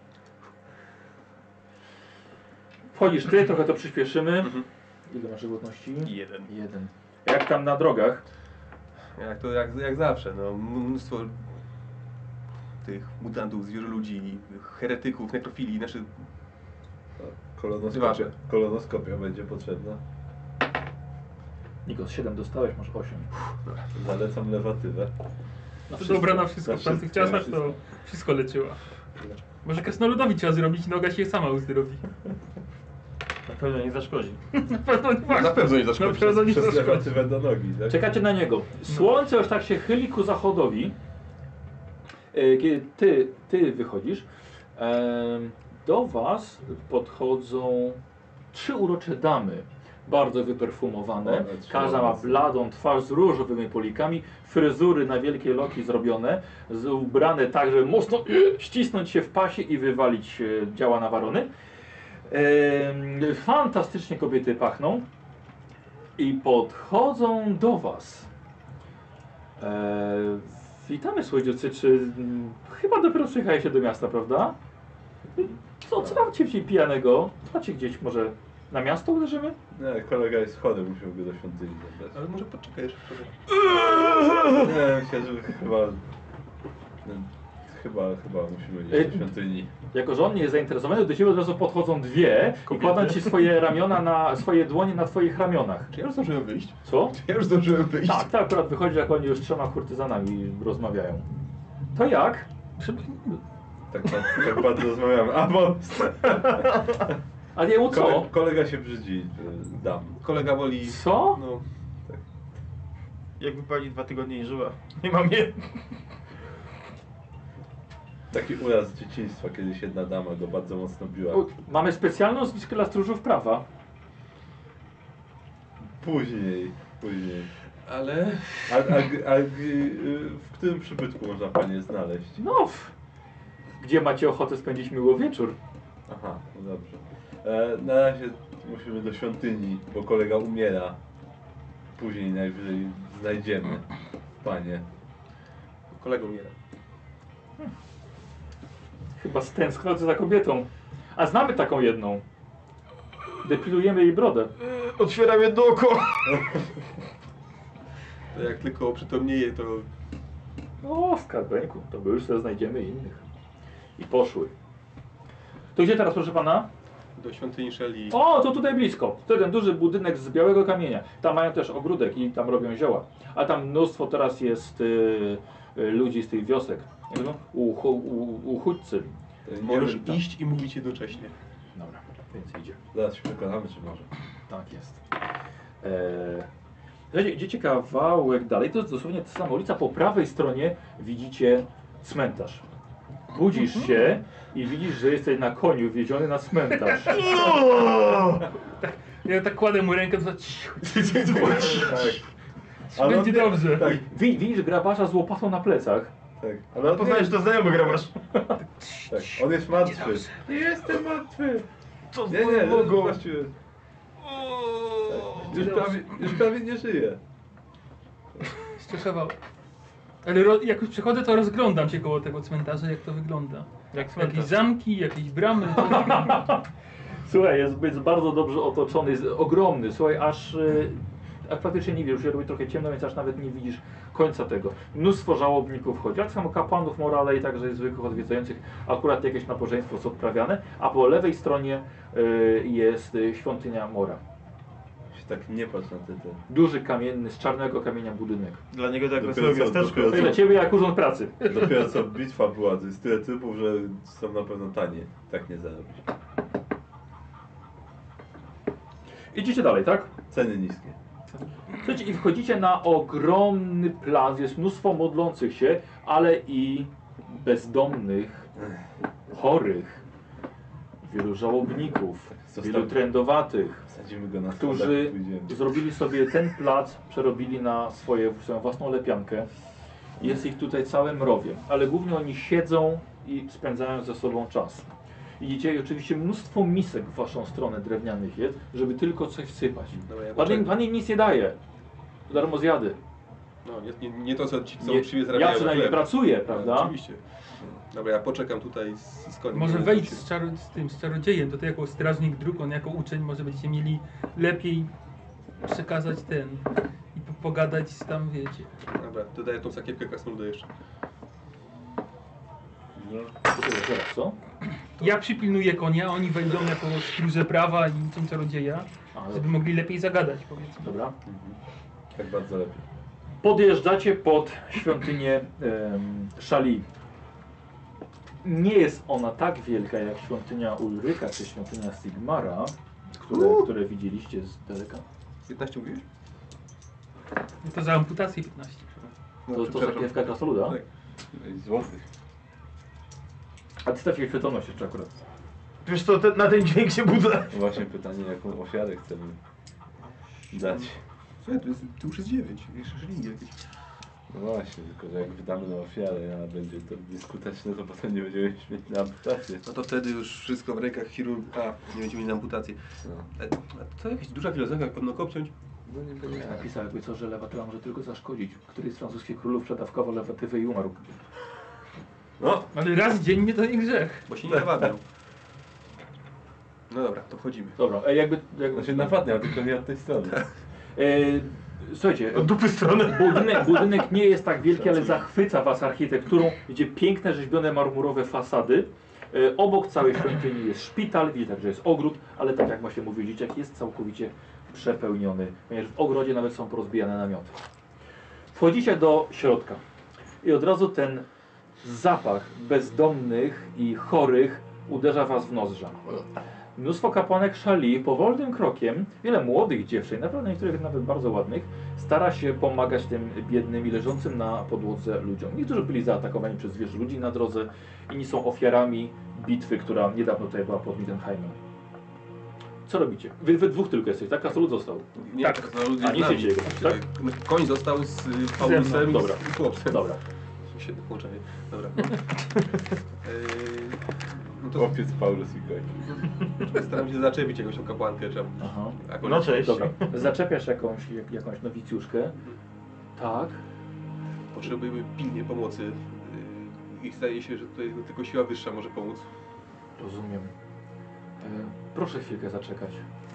Wchodzisz ty, trochę to przyspieszymy. Mhm. Ile masz żywotności? Jeden. Jeden. Jak tam na drogach? Jak to jak, jak zawsze, no mnóstwo tych mutantów, zwierzoludzi, heretyków, nekrofili, znaczy Kolonoskopia, Wasze. kolonoskopia będzie potrzebna. Nikos, siedem dostałeś, masz osiem. Zalecam lewatywę. Na To dobra na wszystko. Na W tamtych wszystko, na czasach to wszystko leczyła. Może krasnoludowi trzeba zrobić, noga się sama uzdrowi. Na pewno nie zaszkodzi. Na pewno nie ma. na pewno nie Na zaszkodzi. pewno nie Przez zaszkodzi. lewatywę do nogi, tak? Czekacie na niego. Słońce już tak się chyli ku zachodowi. E, Kiedy ty, ty wychodzisz, em, do was podchodzą trzy urocze damy. Bardzo wyperfumowane. O, ale trzy Każda ma ładne. bladą twarz z różowymi polikami, fryzury na wielkie loki zrobione, z- ubrane tak, żeby mocno ścisnąć się w pasie i wywalić e, działa na warony. Em, Fantastycznie kobiety pachną i podchodzą do was. E, witamy słodziucy, czy mm, chyba dopiero przyjechaliście do miasta, prawda? Co, co tam cię dzisiaj pijanego? Chodźcie gdzieś może na miasto uderzymy? Nie, kolega jest chory, musimy go do świątyni zabrać. Ale może poczekaj jeszcze trochę. Nie, myślę, że chyba... no, Chyba, chyba musimy iść do Ej. świątyni. Jako że on nie jest zainteresowany, do ciebie od razu podchodzą dwie i kładą ci swoje ramiona na, swoje dłonie na twoich ramionach. Czy ja już zdążyłem wyjść? Co? Czy ja już zdążyłem wyjść? Tak, to akurat wychodzi, jak oni już trzema kurtyzanami rozmawiają. To jak? Tak, tak, tak bardzo rozmawiamy. A bo... Ale jemu co? Kole, kolega się brzydzi, y, dam. Kolega woli... Co? No, Jakby pani dwa tygodnie nie żyła. Nie mam je. Taki uraz z dzieciństwa, kiedyś jedna dama go bardzo mocno biła. U, Mamy specjalną zniżkę dla stróżów prawa. Później, później. ale... A, a, a, y, w którym przybytku można panie znaleźć? No, w- gdzie macie ochotę spędzić miło wieczór? Aha, no dobrze. E, na razie musimy do świątyni, bo kolega umiera. Później najwyżej znajdziemy panie. Kolega umiera. Chyba stęsknoty za kobietą. A znamy taką jedną. Depilujemy jej brodę. Otwieram jedno oko. To jak tylko oprzytomnieje, to... O, skarbeńku, to my już sobie znajdziemy innych. I poszły. To gdzie teraz, proszę pana? do świątyni Shelley. O, to tutaj blisko. To ten duży budynek z białego kamienia. Tam mają też ogródek i tam robią zioła. A tam mnóstwo teraz jest y, y, ludzi z tych wiosek. Jak to? Uchu, u, uchodźcy. Nie Możesz wiem, tam- iść i mówić jednocześnie. Dobra, więc idzie. Zaraz się przekonamy, czy może. Tak jest. Eee, słuchajcie, idziecie kawałek dalej, to jest dosłownie ta sama ulica. Po prawej stronie widzicie cmentarz. Budzisz się i widzisz, że jesteś na koniu wieziony na cmentarz. Ja tak kładę mu rękę, to cicho, Ale będzie on- dobrze. Tak, Wi- Widzisz grabarza z łopatą na plecach. tak. Ale on Poznajesz, nie, to znajomy grabarz. tak. On jest martwy. Jestem martwy. Co z Nie, nie, moją nie, nogą? właściwie. Tak. Już, prawie, już prawie nie żyje. Stresował. Ale ro, jak już przychodzę, to rozglądam się koło tego cmentarza, jak to wygląda. Jak Jakieś cmentarz. zamki, jakieś bramy. Słuchaj, jest, jest bardzo dobrze otoczony, jest ogromny. Słuchaj, aż y, a faktycznie nie wiesz, już się robi trochę ciemno, więc aż nawet nie widzisz końca tego. Mnóstwo żałobników chodzi, tak samo kapłanów morale i także zwykłych odwiedzających. Akurat jakieś nabożeństwo jest odprawiane, a po lewej stronie y, jest y, świątynia Mora. tak nie patrz na te te. Duży kamienny, z czarnego kamienia budynek. Dla niego tak Dopiero wesołe co- miasteczko. dopiero To dla ciebie jak urząd pracy. Dopiero co bitwa była, to jest tyle typów, że są na pewno tanie. Tak nie zarobić. Idziecie dalej, tak? Ceny niskie. Słuchajcie, i wchodzicie na ogromny plac, jest mnóstwo modlących się, ale i bezdomnych, chorych, wielu żałobników, wielu Zostaw, trędowatych, wsadzimy go na którzy schodach, pójdziemy. zrobili sobie ten plac, przerobili na swoje, swoją własną lepiankę. Jest ich tutaj całe mrowie, ale głównie oni siedzą i spędzają ze sobą czas. Idziecie i oczywiście mnóstwo misek w waszą stronę drewnianych jest, żeby tylko coś wsypać. Dobra, ja Pan im, poczekam. pan im nic nie daje. Darmo zjady. No, nie, nie, nie to, co ci co Nie, uczciwie ja zarabiają na przynajmniej chleb. pracuję, No, prawda? oczywiście. Dobra, ja poczekam tutaj z, z koniem. Może Nie wejdź wiem, z, czaro, z tym, z czarodziejem, to ty jako strażnik dróg, on jako uczeń, może będziecie mieli lepiej przekazać ten i po- pogadać z tam, wiecie. Dobra, dodaję tą sakiewkę krasnoluda jeszcze. No, Poczekaj, zaraz, co? Ja przypilnuję konia, oni wejdą jako stróże prawa i uczeń czarodzieja, A, żeby mogli lepiej zagadać, powiedzmy. dobra. mhm. Tak bardzo lepiej. Podjeżdżacie pod świątynię em, Szali. Nie jest ona tak wielka jak świątynia Ulryka czy świątynia Sigmara, które, które widzieliście z daleka. piętnaście mówiłeś? No to za amputację piętnaście. No, To, to przepraszam. sakiewka krasnoluda. Tak. I złotych. A ty straciłeś świetlność jeszcze akurat. Wiesz co, te, na ten dźwięk się budzę. Właśnie pytanie, jaką ofiarę chcemy dać. Słuchaj, to, jest, to już jest dziewięć. Jeszcze szlingi jakieś. No właśnie, tylko że jak wydamy na ofiarę, a będzie to nieskuteczne, to potem nie będziemy mieć na amputację. No to wtedy już wszystko w rękach chirurga. A, nie będziemy mieli amputacji. No, A, a to jakaś duża filozofia, jak pewno kopciąć. no nie będzie. Napisał jakby co, że lewatywa może tylko zaszkodzić. Któryś z francuskich królów przedawkował lewatywę i umarł. No, Ale raz dziennie to nie grzech. Bo się nie nawadniał. No dobra, to wchodzimy. Dobra, e, jakby... jakby to się nawadnia, tylko nie od tej strony. e, słuchajcie, Od dupy strony. budynek, budynek nie jest tak wielki, ale zachwyca was architekturą. Widzicie piękne, rzeźbione marmurowe fasady. E, obok całej świątyni jest szpital, widzicie także jest ogród, ale tak jak właśnie mówił dzieciak, jest całkowicie przepełniony, ponieważ w ogrodzie nawet są porozbijane namioty. Wchodzicie do środka i od razu ten zapach bezdomnych i chorych uderza was w nozdrza. Mnóstwo kapłanek Szali powolnym krokiem, wiele młodych dziewczyn, naprawdę niektórych nawet bardzo ładnych, stara się pomagać tym biednym i leżącym na podłodze ludziom. Niektórzy byli zaatakowani przez zwierzę ludzi na drodze, inni są ofiarami bitwy, która niedawno tutaj była pod Mittenheimem. Co robicie? Wy, wy dwóch tylko jesteś, tak? Krasnolud został. Nie, Tak. krasnolud A, jest nie z nami. siedzi jego, tak? Koń został z y, Paulusem i Dobra. z chłopcem. Dobra. Świetne połączenie. Dobra. Yy, no to Chłopiec, Paulus i gość. staram się zaczepić jakąś tą kapłankę, czy tam Aha. jakąś... No cześć. Dobra. Zaczepiasz jakąś, jak, jakąś nowicjuszkę. Tak. Potrzebujemy pilnie pomocy. Yy, I zdaje się, że tutaj tylko siła wyższa może pomóc. Rozumiem. E, proszę chwilkę zaczekać.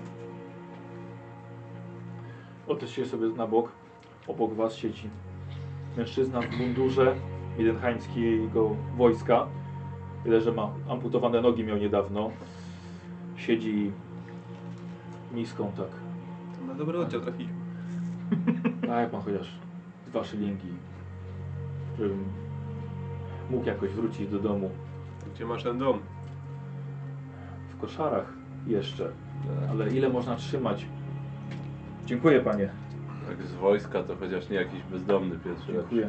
Otóż się sobie na bok. Obok was siedzi mężczyzna w mundurze midenheimskiego wojska. Tyle, że ma amputowane nogi, miał niedawno. Siedzi niską tak. To na dobry oddział trafiliśmy. A jak pan chociaż dwa szylingi, żebym mógł jakoś wrócić do domu. Gdzie masz ten dom? W koszarach jeszcze. Ale ile można trzymać? Dziękuję panie. Jak z wojska, to chociaż nie jakiś bezdomny pierwszy raz. Dziękuję.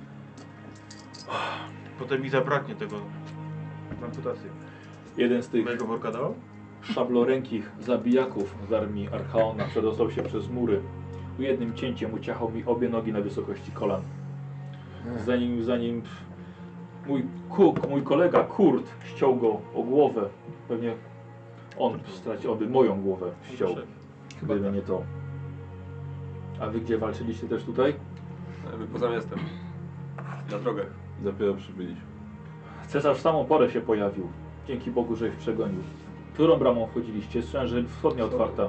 Potem mi zabraknie tego na amputację. Jeden z tych Mojego worka dał? szablorękich zabijaków z armii Archaona przedostał się przez mury. Jednym cięciem uciachał mi obie nogi na wysokości kolan. Zanim, zanim mój, kuk, mój kolega Kurt ściął go o głowę, pewnie on stracił, oby moją głowę ściął, gdyby nie to. A wy gdzie walczyliście też tutaj? A my poza miastem. Na drogach. Dopiero przybyliśmy. Cesarz w samą porę się pojawił. Dzięki Bogu, że ich przegonił. Którą bramą wchodziliście? Słyszałem, że wschodnia otwarta.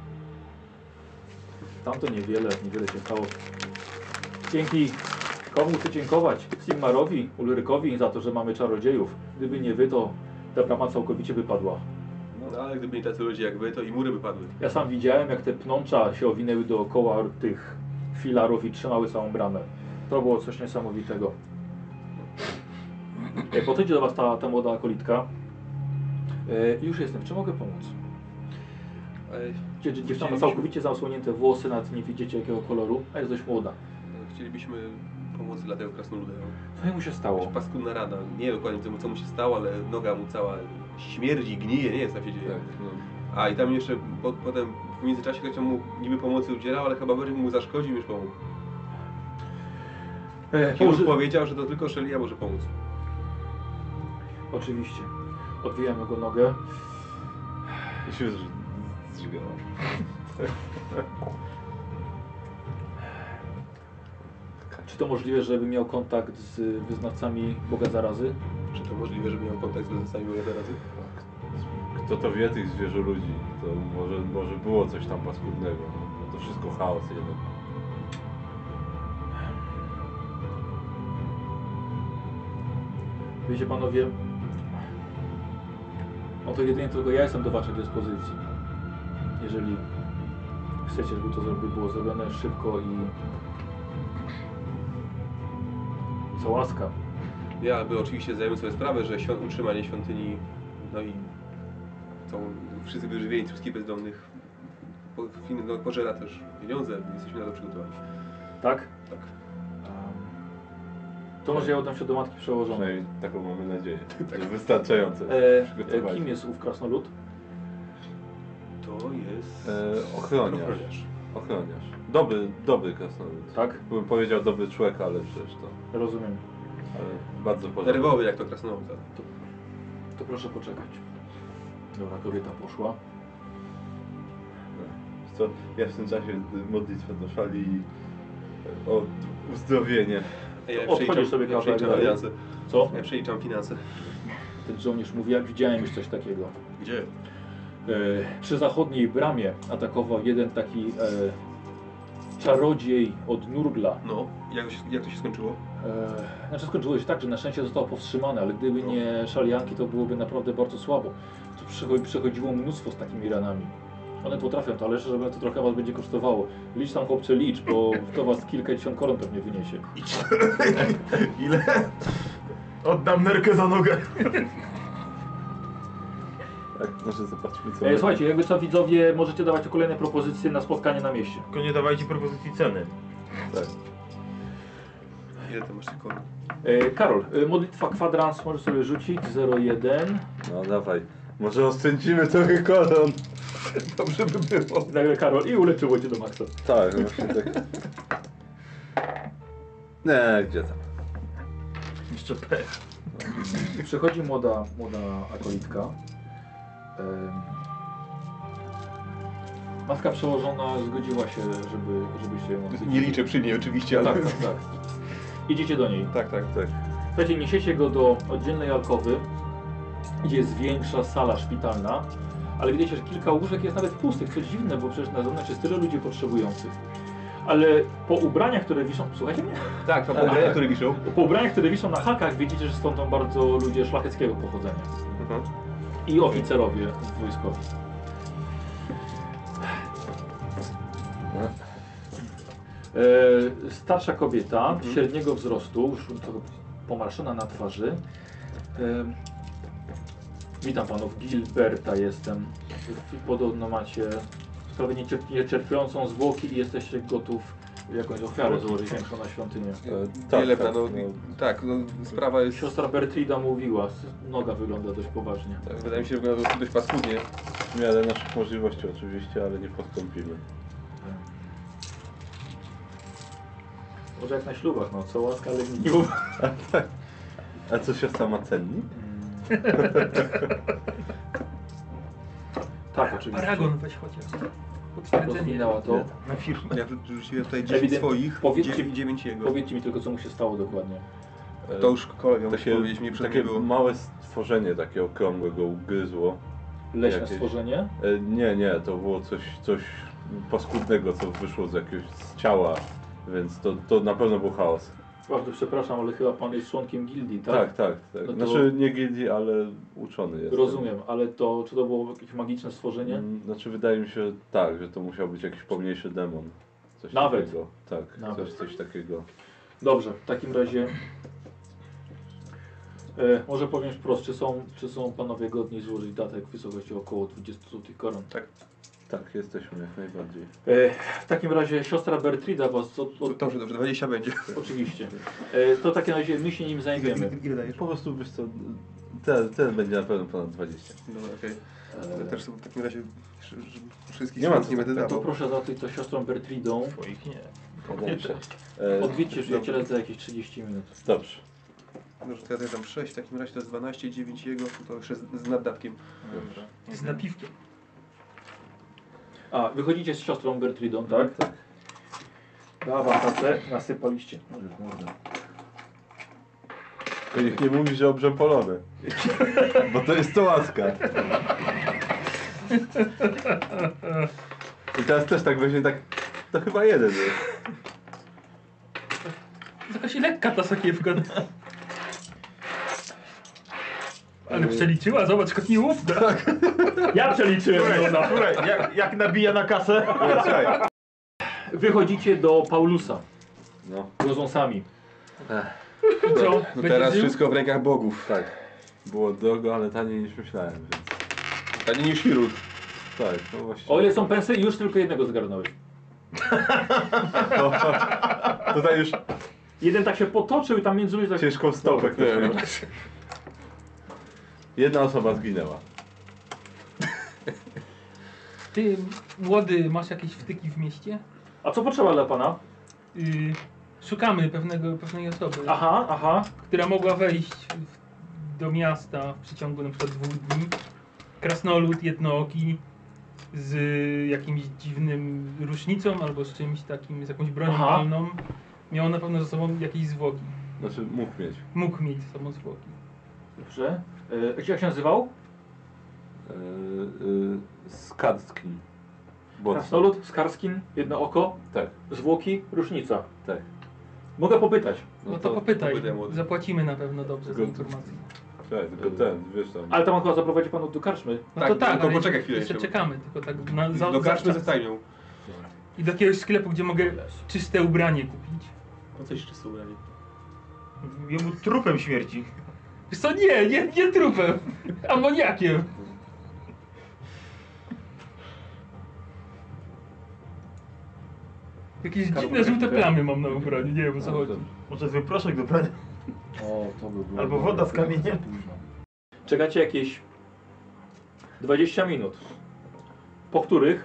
Tamto niewiele, niewiele się stało. Dzięki komu chcę dziękować? Sigmarowi, Ulrykowi za to, że mamy czarodziejów. Gdyby nie wy, to ta brama całkowicie wypadła. No ale gdyby nie tacy ludzie jak wy, to i mury by padły. Ja sam widziałem, jak te pnącza się owinęły dookoła tych filarów i trzymały całą bramę. To było coś niesamowitego. E, Podchodzi do was ta, ta młoda akolitka. E, już jestem, czy mogę pomóc? Ale Dzie- Dziewczyna ma Chcielibyśmy- całkowicie zasłonięte włosy, nawet nie widzicie jakiego koloru, a jest dość młoda. no, chcielibyśmy pomocy dla tego krasnoluda. Co mu się stało? Paskudna rana. Nie wiem dokładnie co mu, co mu się stało, ale noga mu cała śmierdzi, gnije, nie jest tam się dzieje. Tak, no. A i tam jeszcze po, potem w międzyczasie ktoś mu niby pomocy udzielał, ale chyba bardziej mu zaszkodził niż pomógł. E, Hill może... powiedział, że to tylko Shelia może pomóc. Oczywiście. Odwijam jego nogę. I się zż- zżygała. Czy to możliwe, żeby miał kontakt z wyznawcami Boga Zarazy? Czy to możliwe, żeby miał kontakt z wyznawcami Boga Zarazy? Kto to wie tych zwierzę ludzi? To może, może było coś tam paskudnego. No, to wszystko chaos jeden. Wiecie panowie, no to jedynie tylko ja jestem do waszej dyspozycji. Jeżeli chcecie, żeby to zrobi- było zrobione szybko i co łaska. Ja by oczywiście zdajemy sobie sprawę, że świąt, utrzymanie świątyni, no i całą, wszyscy wyżywieni, wszystkich bezdomnych po, no, pożera też pieniądze, jesteśmy na to przygotowani. Tak? Tak. To może ja oddam się do matki przełożonej. Przynajmniej taką mamy nadzieję, że wystarczające. E, e, Przygotowani. kim jest ów krasnolud? To jest... E, ochroniarz. ochroniarz. Ochroniarz. Dobry, dobry krasnolud. Tak? Bym powiedział dobry człowiek, ale przecież to. Rozumiem. Ale bardzo porządny. Nerwowy jak to krasnolud. To proszę poczekać. Dobra, kobieta poszła. Wiesz co, ja w tym czasie modlitwę do szali o uzdrowienie. Ja Odchodzisz przeliczam, sobie ja kawałek przeliczam dalej. finanse. Co? Ja przeliczam finanse. Ten żołnierz mówi, ja widziałem już coś takiego. Gdzie? E, przy zachodniej bramie atakował jeden taki e, czarodziej od Nurgla. No, jak to się, jak to się skończyło? E, znaczy skończyło się tak, że na szczęście został powstrzymany, ale gdyby nie szalianki, to byłoby naprawdę bardzo słabo. Tu przychodzi, przychodziło mnóstwo z takimi ranami. One potrafią to, ale jeszcze, żeby to trochę was będzie kosztowało. Licz tam chłopcze, licz, bo to was kilkadziesiąt koron pewnie wyniesie. Ile? Oddam nerkę za nogę. Tak, może zobaczmy co. E, słuchajcie, jakby co widzowie, możecie dawać kolejne propozycje na spotkanie na mieście. Tylko nie dawajcie propozycji ceny. Tak. Ile to masz tych koron? E, Karol, e, modlitwa kwadrans możesz sobie rzucić, zero jeden. No dawaj. Może oszczędzimy trochę koron. Dobrze by było. Nagle Karol i uleczyło cię do maksa. Tak, właśnie tak. Nie, gdzie tam? Jeszcze pech. Przychodzi młoda, młoda akolitka. Em, Matka przełożona zgodziła się, żeby, żeby się ją odwiedzić. Nie liczę przy niej oczywiście, ale... Tak, tak, tak. Idziecie do niej. tak, tak. Tak. Słuchajcie, niesiecie go do oddzielnej alkowy, gdzie jest większa sala szpitalna, ale widzicie, że kilka łóżek jest nawet pustych, co dziwne, bo przecież na zewnątrz jest tyle ludzi potrzebujących. Ale po ubraniach, które wiszą... Słuchajcie mnie? Tak, to pobrania, które wiszą. Po ubraniach, które wiszą na hakach, widzicie, że są tam bardzo ludzie szlacheckiego pochodzenia. Mhm. I oficerowie wojskowi. E, starsza kobieta, średniego wzrostu, już trochę pomarszczona na twarzy. E, witam panów, Gilberta jestem. Podobno macie sprawę niecier- niecierpiącą zwłoki i jesteście gotów jakąś ofiarę złożyć większą na świątynię. E, tak, Wiele tak, planów. no. Tak, no, sprawa jest... Siostra Bertrida mówiła, noga wygląda dość poważnie. Tak, wydaje mi się, że wygląda dość paskudnie. W miarę naszych możliwości oczywiście, ale nie podstąpimy. Może jak na ślubach, no co łaska, ale miło. A co siostra ma cennik? Tak, oczywiście. Paragon weź chociaż. Potwierdzenie. Rozwinęła to. Na firmę. Ja rzuciłem tutaj dziesięć Ewidentnie. swoich, Powiedzcie- dziewięć, dziewięć jego. Powiedzcie mi tylko, co mu się stało dokładnie. To już kolegom Takie, powiedzieć mi takie przynajmniej było. małe stworzenie takie okrągłe go ugryzło. Leśne Jakieś- stworzenie. E, nie, nie, to było coś, coś paskudnego, co wyszło z jakiegoś z ciała, więc to, to na pewno był chaos. Bardzo przepraszam, ale chyba pan jest członkiem gildii, tak? Tak, tak, tak. No to- Znaczy nie gildii, ale uczony jest. Rozumiem, ale to czy to było jakieś magiczne stworzenie? Mm, Znaczy wydaje mi się tak, że to musiał być jakiś pomniejszy demon. Coś Nawet. takiego. Tak, Nawet. Coś, coś takiego. Dobrze, w takim razie e, może powiem wprost, czy są, czy są panowie godni złożyć datek w wysokości około dwudziestu złotych koron? Tak. Tak, jesteśmy jak najbardziej. E, w takim razie siostra Bertrida was... Od, od, Dobrze, dobrze, dwadzieścia będzie. oczywiście. E, to w takim razie my się nim zajmiemy. Ile dajesz? Po prostu wiesz co, ten, ten będzie na pewno ponad dwadzieścia. Dobra, okej. Ja też sobie w takim razie ż- ż- wszystkich Nie ma środków co, nie będę To dawał. proszę za to siostrą Bertridą. Twoich nie. Podałem sześć. E, Odwiedźcie przyjaciela za jakieś trzydzieści minut. Dobrze. Dobrze, to ja daję tam sześć, w takim razie to jest dwanaście, dziewięć jego, to jeszcze z, z naddatkiem. Dobra. Z napiwkiem. A, wychodzicie z siostrą Bertridą, tak? Tak. Dała wam tacę, nasypaliście. Tylko niech nie mówi, że obrzępolone. Bo to jest to łaska. I teraz też tak weźmie tak. To chyba jeden jest. Jest jakaś lekka ta sakiewka. Ale przeliczyła, zobacz, kot nieufna. Ja przeliczyłem. Słuchaj, słuchaj, jak, jak nabija na kasę. No, słuchaj. Wychodzicie do Paulusa. No. Roząsami. I co? No Będzie teraz żył? wszystko w rękach bogów. Tak. Było drogo, ale taniej niż myślałem, więc. Taniej niż Firut. Tak, no właśnie. O ile są pensy, już tylko jednego zgarnąłeś. To, tutaj już Jeden tak się potoczył i tam między ludźmi tak... ciężką stopę ktoś miał. Jedna osoba zginęła. Ty, młody, masz jakieś wtyki w mieście? A co potrzeba dla pana? Yy, szukamy pewnego, pewnej osoby, Aha, aha. która mogła wejść w, do miasta w przeciągu na przykład dwóch dni. Krasnolud jednooki z jakimś dziwnym rusznicą albo z czymś takim, z jakąś bronią Aha. palną. Miał na pewno ze sobą jakieś zwłoki. Znaczy mógł mieć. Mógł mieć ze sobą zwłoki. Dobrze. E, jak się nazywał? Yy, yy, Skarskin. Krasnolud, Skarskin, jedno oko, Tak, zwłoki, różnica. tak. Mogę popytać. No, to, popytaj, popytaj, młody. zapłacimy na pewno dobrze za Tylko- informację. Tak, tylko ten, wiesz tam. Ale tam chyba zaprowadzi panu do karczmy. No Tak, to tak, tylko ale poczekaj jeszcze, chwilę jeszcze jeszcze. czekamy, tylko tak na, za, Do za karczmy ze czas. stajnią. I do jakiegoś sklepu, gdzie mogę czyste ubranie kupić. Po coś czysto ubranie. Jemu trupem śmierci. Wiesz co, nie, nie, nie trupem, amoniakiem. Jakieś dziwne żółte plamy mam na ubraniu, nie wiem o co chodzi. Może z wyproszek do prania. O, to by było... Albo woda z kamieniem. Czekacie jakieś dwadzieścia minut, po których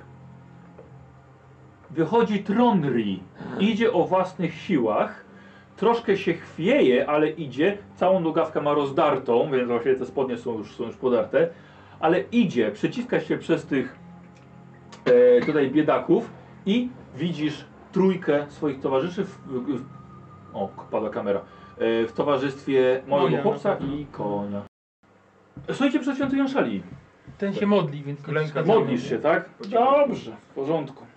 wychodzi Tronri. Idzie o własnych siłach, troszkę się chwieje, ale idzie. Całą nogawkę ma rozdartą, więc właśnie te spodnie są już, są już podarte. Ale idzie, przeciska się przez tych e, tutaj biedaków i widzisz trójkę swoich towarzyszy w, w, w, o, padła kamera. E, w towarzystwie małego Moja, chłopca na pewno. i konia. Stoicie przed świątynią Szali. Ten się modli, więc nie Klęka przeszkadzamy. Modlisz się, tak? Dobrze, w porządku.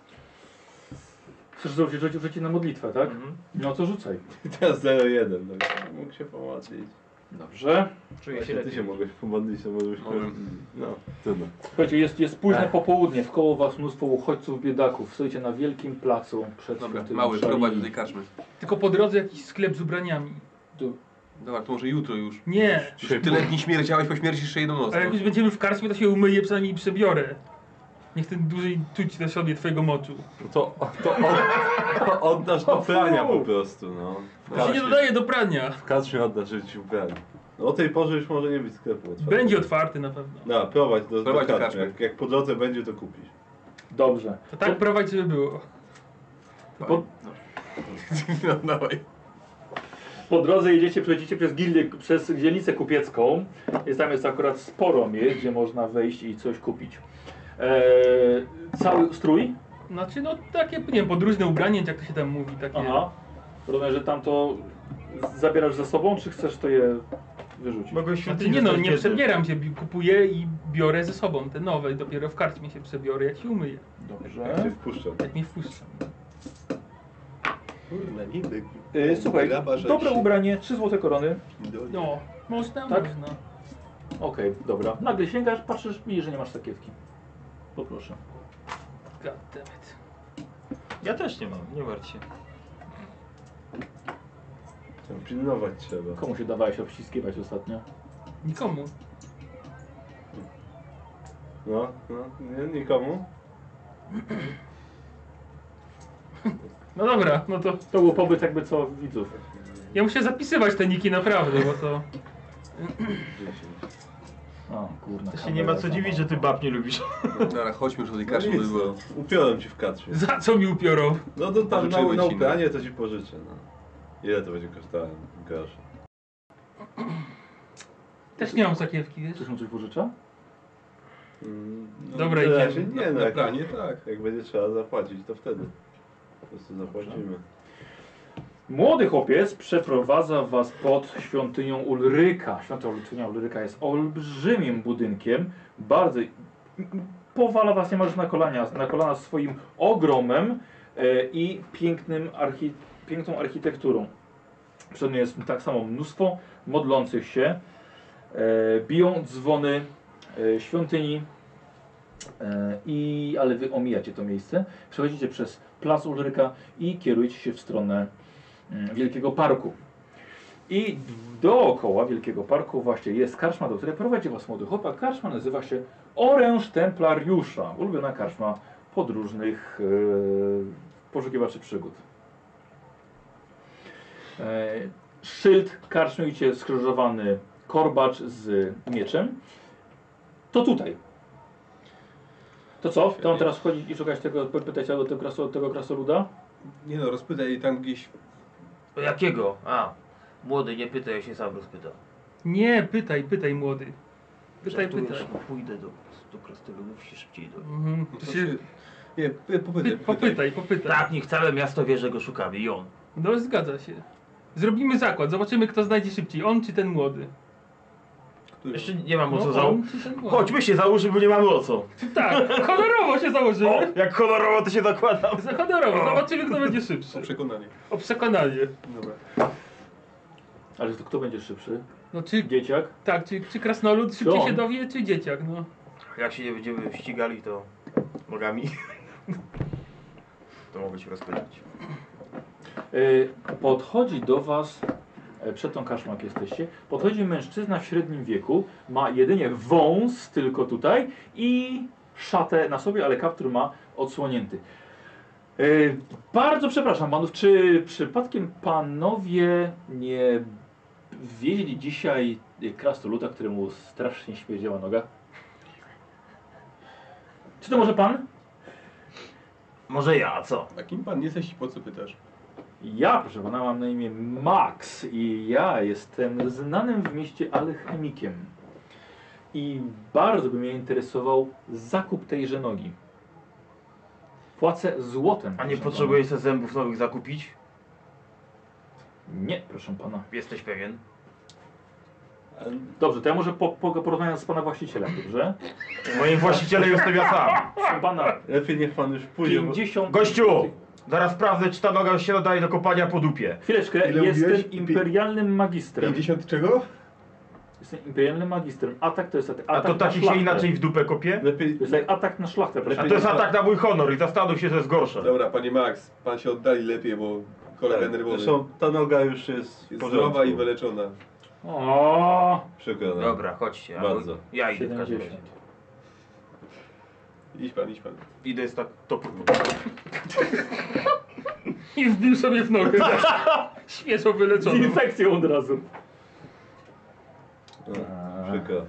Chcesz rzucić, rzucić, rzucić na modlitwę, tak? Mhm. No to rzucaj. Teraz zero jeden. Tak. Mógł się pomodlić. Dobrze. Czuję się Właśnie ty lepiej. się mogłeś pomodlić, to może być Mogłem. No, trudno. Słuchajcie, jest, jest późne Ech. popołudnie, wkoło was mnóstwo uchodźców, biedaków. Stoicie na wielkim placu przed Dobra, świątynią mały, Szali. prowadź do tej karczmy. Tylko po drodze jakiś sklep z ubraniami. Tu- Dobra, to może jutro już. Nie, Dzisiaj Tyle dni śmierdziałeś, po śmierci jeszcze jedną noc. a jak już będziemy w karczmie, to się umyję, przynajmniej przebiorę. Nie chcę dłużej czuć na sobie twojego moczu. No to, to od, oddasz do prania po prostu, no. W To się nie karczmie- dodaje do prania. W karczmie oddasz życiu prania. No, o tej porze już może nie być sklepu otwartego. Będzie otwarty na pewno. No, prowadź do, Prowadź do do karczmy. karczmy. Jak, jak po drodze będzie, to kupisz. Dobrze. To tak prowadź, żeby było. Po, No dawaj. po drodze jedziecie, przechodzicie przez gildię, przez dzielnicę kupiecką. Jest tam jest akurat sporo miejsc, gdzie można wejść i coś kupić. Eee, cały strój? Znaczy, no takie, nie wiem, podróżne ubranie, jak to się tam mówi, takie... Aha. Rozumiem, że tam to zabierasz ze sobą, czy chcesz to je wyrzucić? Mogę Znaczy, świątynię nie no, zostać nie biedny. przebieram się, bi- kupuję i biorę ze sobą te nowe. Dopiero w karczmie się przebiorę, jak się umyję. Dobrze. Jak się wpuszczam. Jak mnie wpuszczam. Kurna, niby. Yy, słuchaj, Graba, dobre ubranie, trzy złote korony. No, można, Tak? można. Okej, dobra. Nagle sięgasz, patrzysz, widzisz, że nie masz sakiewki. Poproszę. Goddammit. Ja też nie mam, nie martw się. Tam pilnować trzeba. Komu się dawałeś obściskiwać ostatnio? Nikomu. No, no, nie, nikomu. No dobra, no to To był pobyt jakby co widzów. ja muszę zapisywać te niki naprawdę, bo to... dziesięć. O, kurna. To się nie ma co dziwić, że ty bab nie lubisz. Dobra, chodźmy już do tej No karczmy, nic, by było. no, upiorę ci w karczmie. Za co mi upiorą? No to tam na, Pożyczyły na ci, no. ubranie to ci pożyczę, no. Ile to będzie kosztowało? Groszy. Też nie mam sakiewki, wiesz? Ktoś mu coś pożycza? Mm, no, Dobra, to idziemy. raczej nie, no Na jak, planie, tak. jak będzie trzeba zapłacić, to wtedy. Po prostu zapłacimy. Młody chłopiec przeprowadza was pod świątynią Ulryka. Świątynia Ulryka jest olbrzymim budynkiem. Bardzo... Powala was niemalże na kolana, na kolana swoim ogromem e, i pięknym archi, piękną architekturą. Przed nim jest tak samo mnóstwo modlących się. E, biją dzwony e, świątyni. E, i, ale wy omijacie to miejsce. Przechodzicie przez plac Ulryka i kierujecie się w stronę mm, Wielkiego Parku. I dookoła Wielkiego Parku właśnie jest karczma, do której prowadzi was młody chłopak. Karczma nazywa się Oręż Templariusza. Ulubiona karczma podróżnych e, poszukiwaczy przygód. E, szyld karczmy, widzicie, skrzyżowany korbacz z mieczem. To tutaj. To co? To mam teraz wchodzić i szukać tego, pytać tego, tego, kraso, tego krasoluda? Nie no, rozpytaj tam gdzieś. O jakiego? A, młody, nie pytaj, ja się sam rozpytam. Nie, pytaj, pytaj młody. Pytaj, Żartujesz? pytaj. No pójdę do, do krasnoludów się szybciej do... Mhm. No To to się... się... Nie, py- popytaj, Py, popytaj, popytaj. Tak, niech całe miasto wie, że go szukamy i on. No zgadza się. Zrobimy zakład, zobaczymy kto znajdzie szybciej, on czy ten młody. Który- Jeszcze nie mam o No, co założyć. on czy ten młody. Chodźmy się założyć, bo nie mamy o co. Tak, honorowo się O, założymy. jak honorowo to się zakładam. Za honorowo, zobaczymy kto będzie szybszy. O przekonanie. O przekonanie. Dobra. Ale to kto będzie szybszy? No czy, Dzieciak? tak, czy, czy krasnolud szybciej on? się dowie, czy dzieciak, no. Jak się nie będziemy ścigali, to nogami. To mogę się rozpytać. Y, podchodzi do was, e, przed tą karczmą jak jesteście, podchodzi mężczyzna w średnim wieku, ma jedynie wąs tylko tutaj i szatę na sobie, ale kaptur ma odsłonięty. Y, bardzo przepraszam panów, czy przypadkiem panowie nie wiedzieli dzisiaj krasnoluda, któremu strasznie śmierdziała noga? Czy to może pan? Może ja, a co? A kim pan jesteś i po co pytasz? Ja, proszę pana, mam na imię Max i ja jestem znanym w mieście alchemikiem. I bardzo by mnie interesował zakup tejże nogi. Płacę złotem. A nie proszę potrzebujesz sobie zębów nowych zakupić? pana. Nie, proszę pana. Jesteś pewien? A Dobrze, to ja może po, po, porozmawiam z pana właścicielem, dobrze? Moim właścicielem jestem ja sam. Proszę pana, lepiej niech pan już pójdzie, bo... pięćdziesiąt... Gościu! Zaraz sprawdzę, czy ta noga się nadaje do kopania po dupie. Chwileczkę, Ile jestem mówiłeś? imperialnym magistrem. pięćdziesiąt czego? Jestem imperialnym magistrem. Atak to jest atak, A atak to na taki się szlachtę. inaczej w dupę kopie? Lepiej... To jest jak atak na szlachtę, proszę A to jest atak na mój honor i zastanów się, że jest gorsze. Dobra, panie Max, pan się oddali lepiej, bo kolega Tak, nerwowy. zresztą ta noga już jest w Jest porządku. zdrowa i wyleczona. O, Przykro nam. Dobra, chodźcie. a Bardzo. Ja idę w każdym razie. siedemdziesiąt. Idź pan, idź pan. Idę jest tak topór. I wbił sobie w nogę. Świeżo Z wyleczoną. infekcją od razu. No, przykro.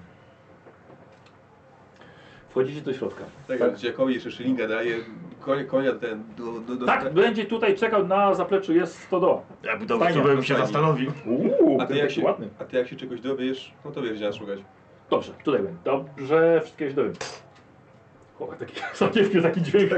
Wchodzicie do środka. Tak, Tak. tak. Dziakowi jeszcze szylinga daje, konia, konia ten do... do, do Tak, będzie tutaj czekał na zapleczu, jest stodoła. Jakby dobrze, Fajnie, to bym się fajnie. zastanowił. Uuu, A ty, jak się, ładny. a ty jak się czegoś dowiesz, no to wiesz gdzie nas szukać. Dobrze, tutaj będę. Dobrze, wszystkie się dowiem. Chłopak taki, sakiewki, taki dźwięk.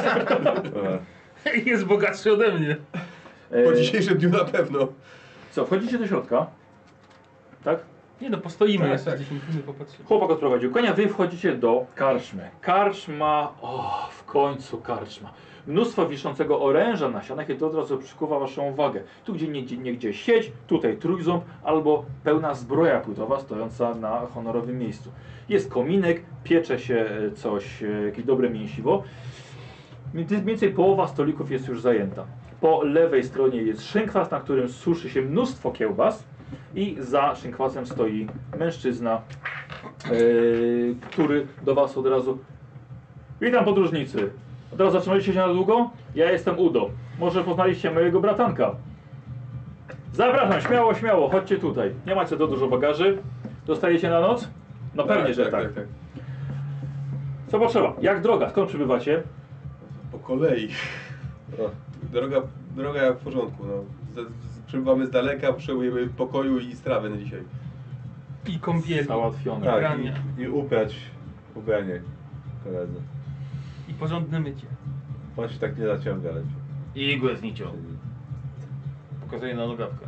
E, Jest bogatszy ode mnie. E, Po dzisiejszym dniu na pewno. co, wchodzicie do środka? Tak? Nie no, postoimy Tak, jeszcze tak. dziesięć minut, popatrzymy. Chłopak odprowadził konia, wy wchodzicie do karczmy. Karczma, o, w końcu karczma. mnóstwo wiszącego oręża na ścianach i to od razu przykuwa waszą uwagę. Tu gdzie niegdzie, niegdzie sieć, tutaj trójząb albo pełna zbroja płytowa stojąca na honorowym miejscu. Jest kominek, piecze się coś, jakieś dobre mięsiwo. Mniej więcej połowa stolików jest już zajęta. Po lewej stronie jest szynkwas, na którym suszy się mnóstwo kiełbas i za szynkwasem stoi mężczyzna, yy, który do was od razu... Witam podróżnicy. Od razu zatrzymaliście się na długo? Ja jestem Udo. Może poznaliście mojego bratanka. Zapraszam, śmiało, śmiało, chodźcie tutaj. Nie macie za dużo bagaży. Dostajecie na noc? No pewnie, że tak. tak, tak. Co potrzeba? Jak droga? Skąd przybywacie? Po kolei. O, Droga, droga w porządku, no. Z, z, przybywamy z daleka, potrzebujemy pokoju i strawy na dzisiaj. I kąpieli. Załatwione. tak, Ubrania. i, i uprać ubranie koledze. I porządne mycie. On się tak nie zaciąga lepiej. I igłę z nicią. Czyli Pokazuję na nogawkę.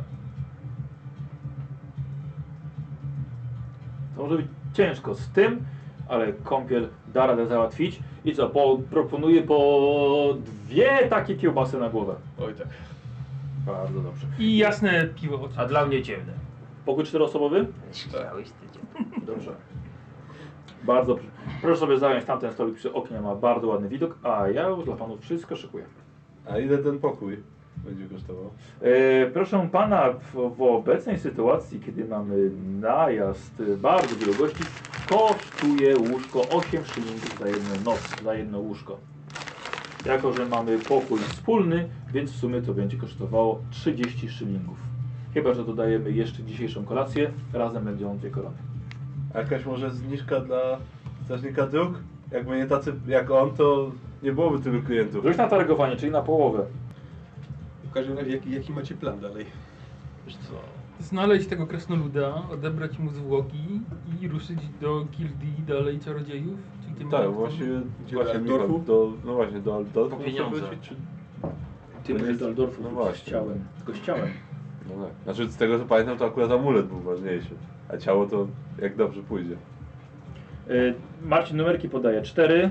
To może być ciężko z tym, ale kąpiel da radę załatwić. I co, po, proponuję po dwie takie kiełbasy na głowę. Oj tak. Bardzo dobrze. I jasne piwo. A dla mnie ciemne. Pokój czteroosobowy? Chciałeś ty. Dobrze. Bardzo dobrze. Proszę sobie zająć tamten stolik przy oknie, ma bardzo ładny widok, a ja już dla panów wszystko szykuję. A ile ten pokój będzie kosztował? E, proszę pana, w, w obecnej sytuacji, kiedy mamy najazd e, bardzo wielu gości, kosztuje łóżko osiem szylingów za jedną noc, za jedno łóżko. Jako że mamy pokój wspólny, więc w sumie to będzie kosztowało trzydzieści szylingów. Chyba że dodajemy jeszcze dzisiejszą kolację, razem będą dwie korony. A jakaś może zniżka dla strażnika dróg? Jakby nie tacy jak on, to nie byłoby tylu klientów. Rzuć na targowanie, czyli na połowę. W każdym razie, jaki, jaki macie plan dalej? Wiesz co? Znaleźć tego krasnoluda, odebrać mu zwłoki i ruszyć do gildii dalej czarodziejów? Czy gdzie my Tak, chcemy? właśnie, Gdzie, właśnie do Altdorfu? Michał, do, no właśnie, do Altdorfu Po pieniądze. muszę wrócić, czy... Ty To mówisz jest- do Aldorfu, no no właśnie. z ciałem, tylko z ciałem. No tak. Znaczy z tego co pamiętam, to akurat amulet był ważniejszy. A ciało to jak dobrze pójdzie. Y, Marcin numerki podaje cztery.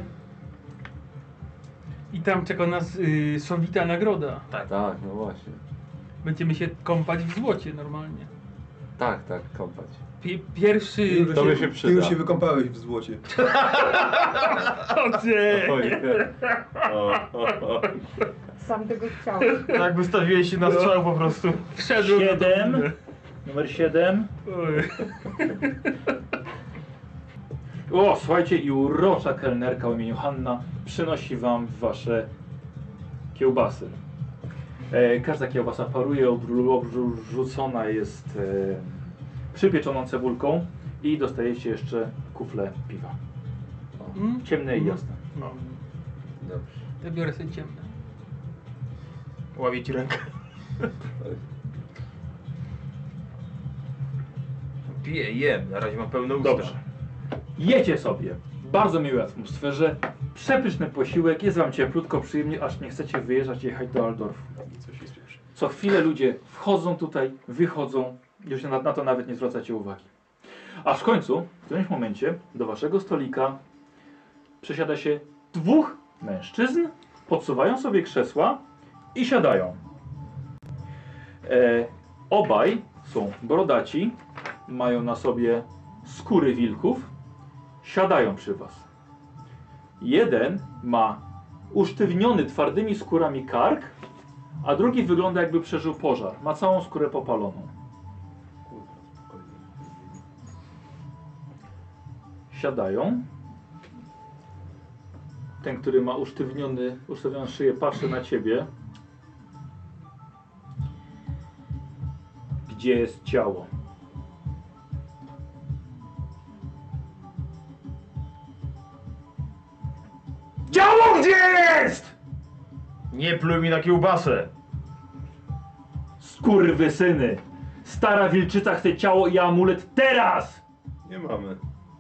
I tam czeka nas y, sowita nagroda. Tak. Tak, no właśnie. Będziemy się kąpać w złocie normalnie. Tak, tak, kąpać. Pi pierwszy... Już To by się Ty przyda. już się wykąpałeś w złocie. Chodzę! Oj, nie. O, o, o. Sam tego chciałem. Tak wystawiłeś się na strzał po prostu. Wszedłem na Siedem. drabinę. Numer siedem. Oj. O, słuchajcie, i urocza kelnerka o imieniu Hanna przynosi wam wasze kiełbasy. E, każda kiełbasa paruje, obrzu- obrzucona jest e, przypieczoną cebulką i dostajecie jeszcze kufle piwa. Mm? Ciemne i jasne. No. Dobrze. To biorę sobie ciemne. Ławię ci rękę. Piję, jem. Na razie mam pełne usta. Dobrze. Jecie sobie. W bardzo miłej atmosferze. Przepyszny posiłek. Jest wam cieplutko, przyjemnie, aż nie chcecie wyjeżdżać, jechać do Aldorfu. I coś się spieszy. Co chwilę ludzie wchodzą tutaj, wychodzą. Już na, na to nawet nie zwracacie uwagi. Aż w końcu, w którymś momencie, do waszego stolika przesiada się dwóch mężczyzn, podsuwają sobie krzesła i siadają. E, obaj są brodaci, mają na sobie skóry wilków, siadają przy was. Jeden ma usztywniony twardymi skórami kark, a drugi wygląda jakby przeżył pożar. Ma całą skórę popaloną. Kurwa, spokojnie. Siadają. Ten, który ma usztywniony, usztywnioną szyję, patrzy na ciebie. Gdzie jest ciało? Ciało gdzie jest? Nie pluj mi na kiełbasę. Skurwysyny! Stara wilczyca chce ciało i amulet teraz! Nie mamy.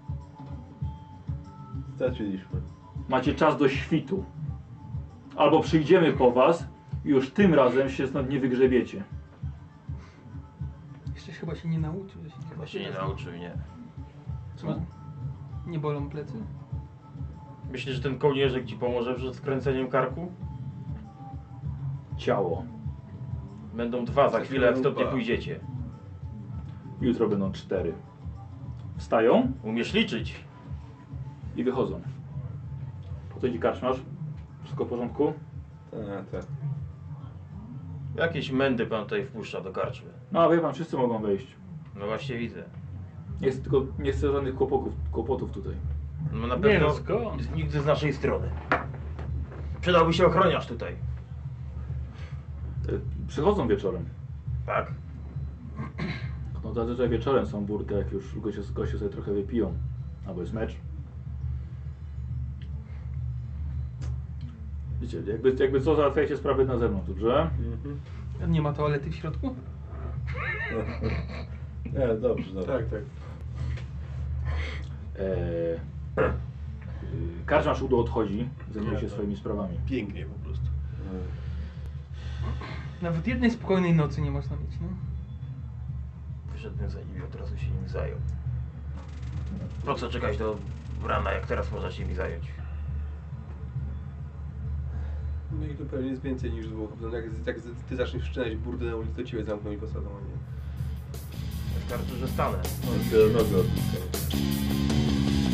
Straciliśmy. Macie czas do świtu. Albo przyjdziemy po was i już tym razem się stąd nie wygrzebiecie. Jeszcze chyba się nie nauczył, że się nie Chyba się nie nauczył, nie. Co? Nie bolą plecy? Myślisz, że ten kołnierzyk ci pomoże przed skręceniem karku? ciało. Będą dwa za chwilę, jak stopnie pójdziecie. Jutro będą cztery. Wstają Umiesz liczyć? i wychodzą. Podchodzi karczmarz. Wszystko w porządku? Tak, tak. Jakieś mędy pan tutaj wpuszcza do karczmy. No a wie pan, wszyscy mogą wejść. No właśnie widzę. Jest tylko, nie chcę żadnych kłopotów, kłopotów tutaj. No na Nie pewno no, skąd? nigdy z naszej strony. Przydałby się ochroniarz tutaj. E, Przychodzą wieczorem. Tak? No zazwyczaj wieczorem są burty, jak już goście, goście sobie trochę wypiją. Albo jest mecz. Wiecie, jakby, jakby co, załatwiajcie sprawy na zewnątrz, dobrze? Mhm. Nie ma toalety w środku? Nie, dobrze, dobrze. Tak, tak. Eee, Karczmarz Udo odchodzi, zajmuje się swoimi sprawami. Pięknie po prostu. Nawet jednej spokojnej nocy nie można mieć, no. Wyszedłem za nimi, od razu się nim zajął. Po co czekać do rana, jak teraz można się nimi zająć? No i tu pewnie jest więcej niż dwóch. Jak, jak ty zaczniesz wszczynać burdę na ulicy, to ciebie zamkną i posadzą, a nie. Wystarczy, że stanę. On się nogę odciskał.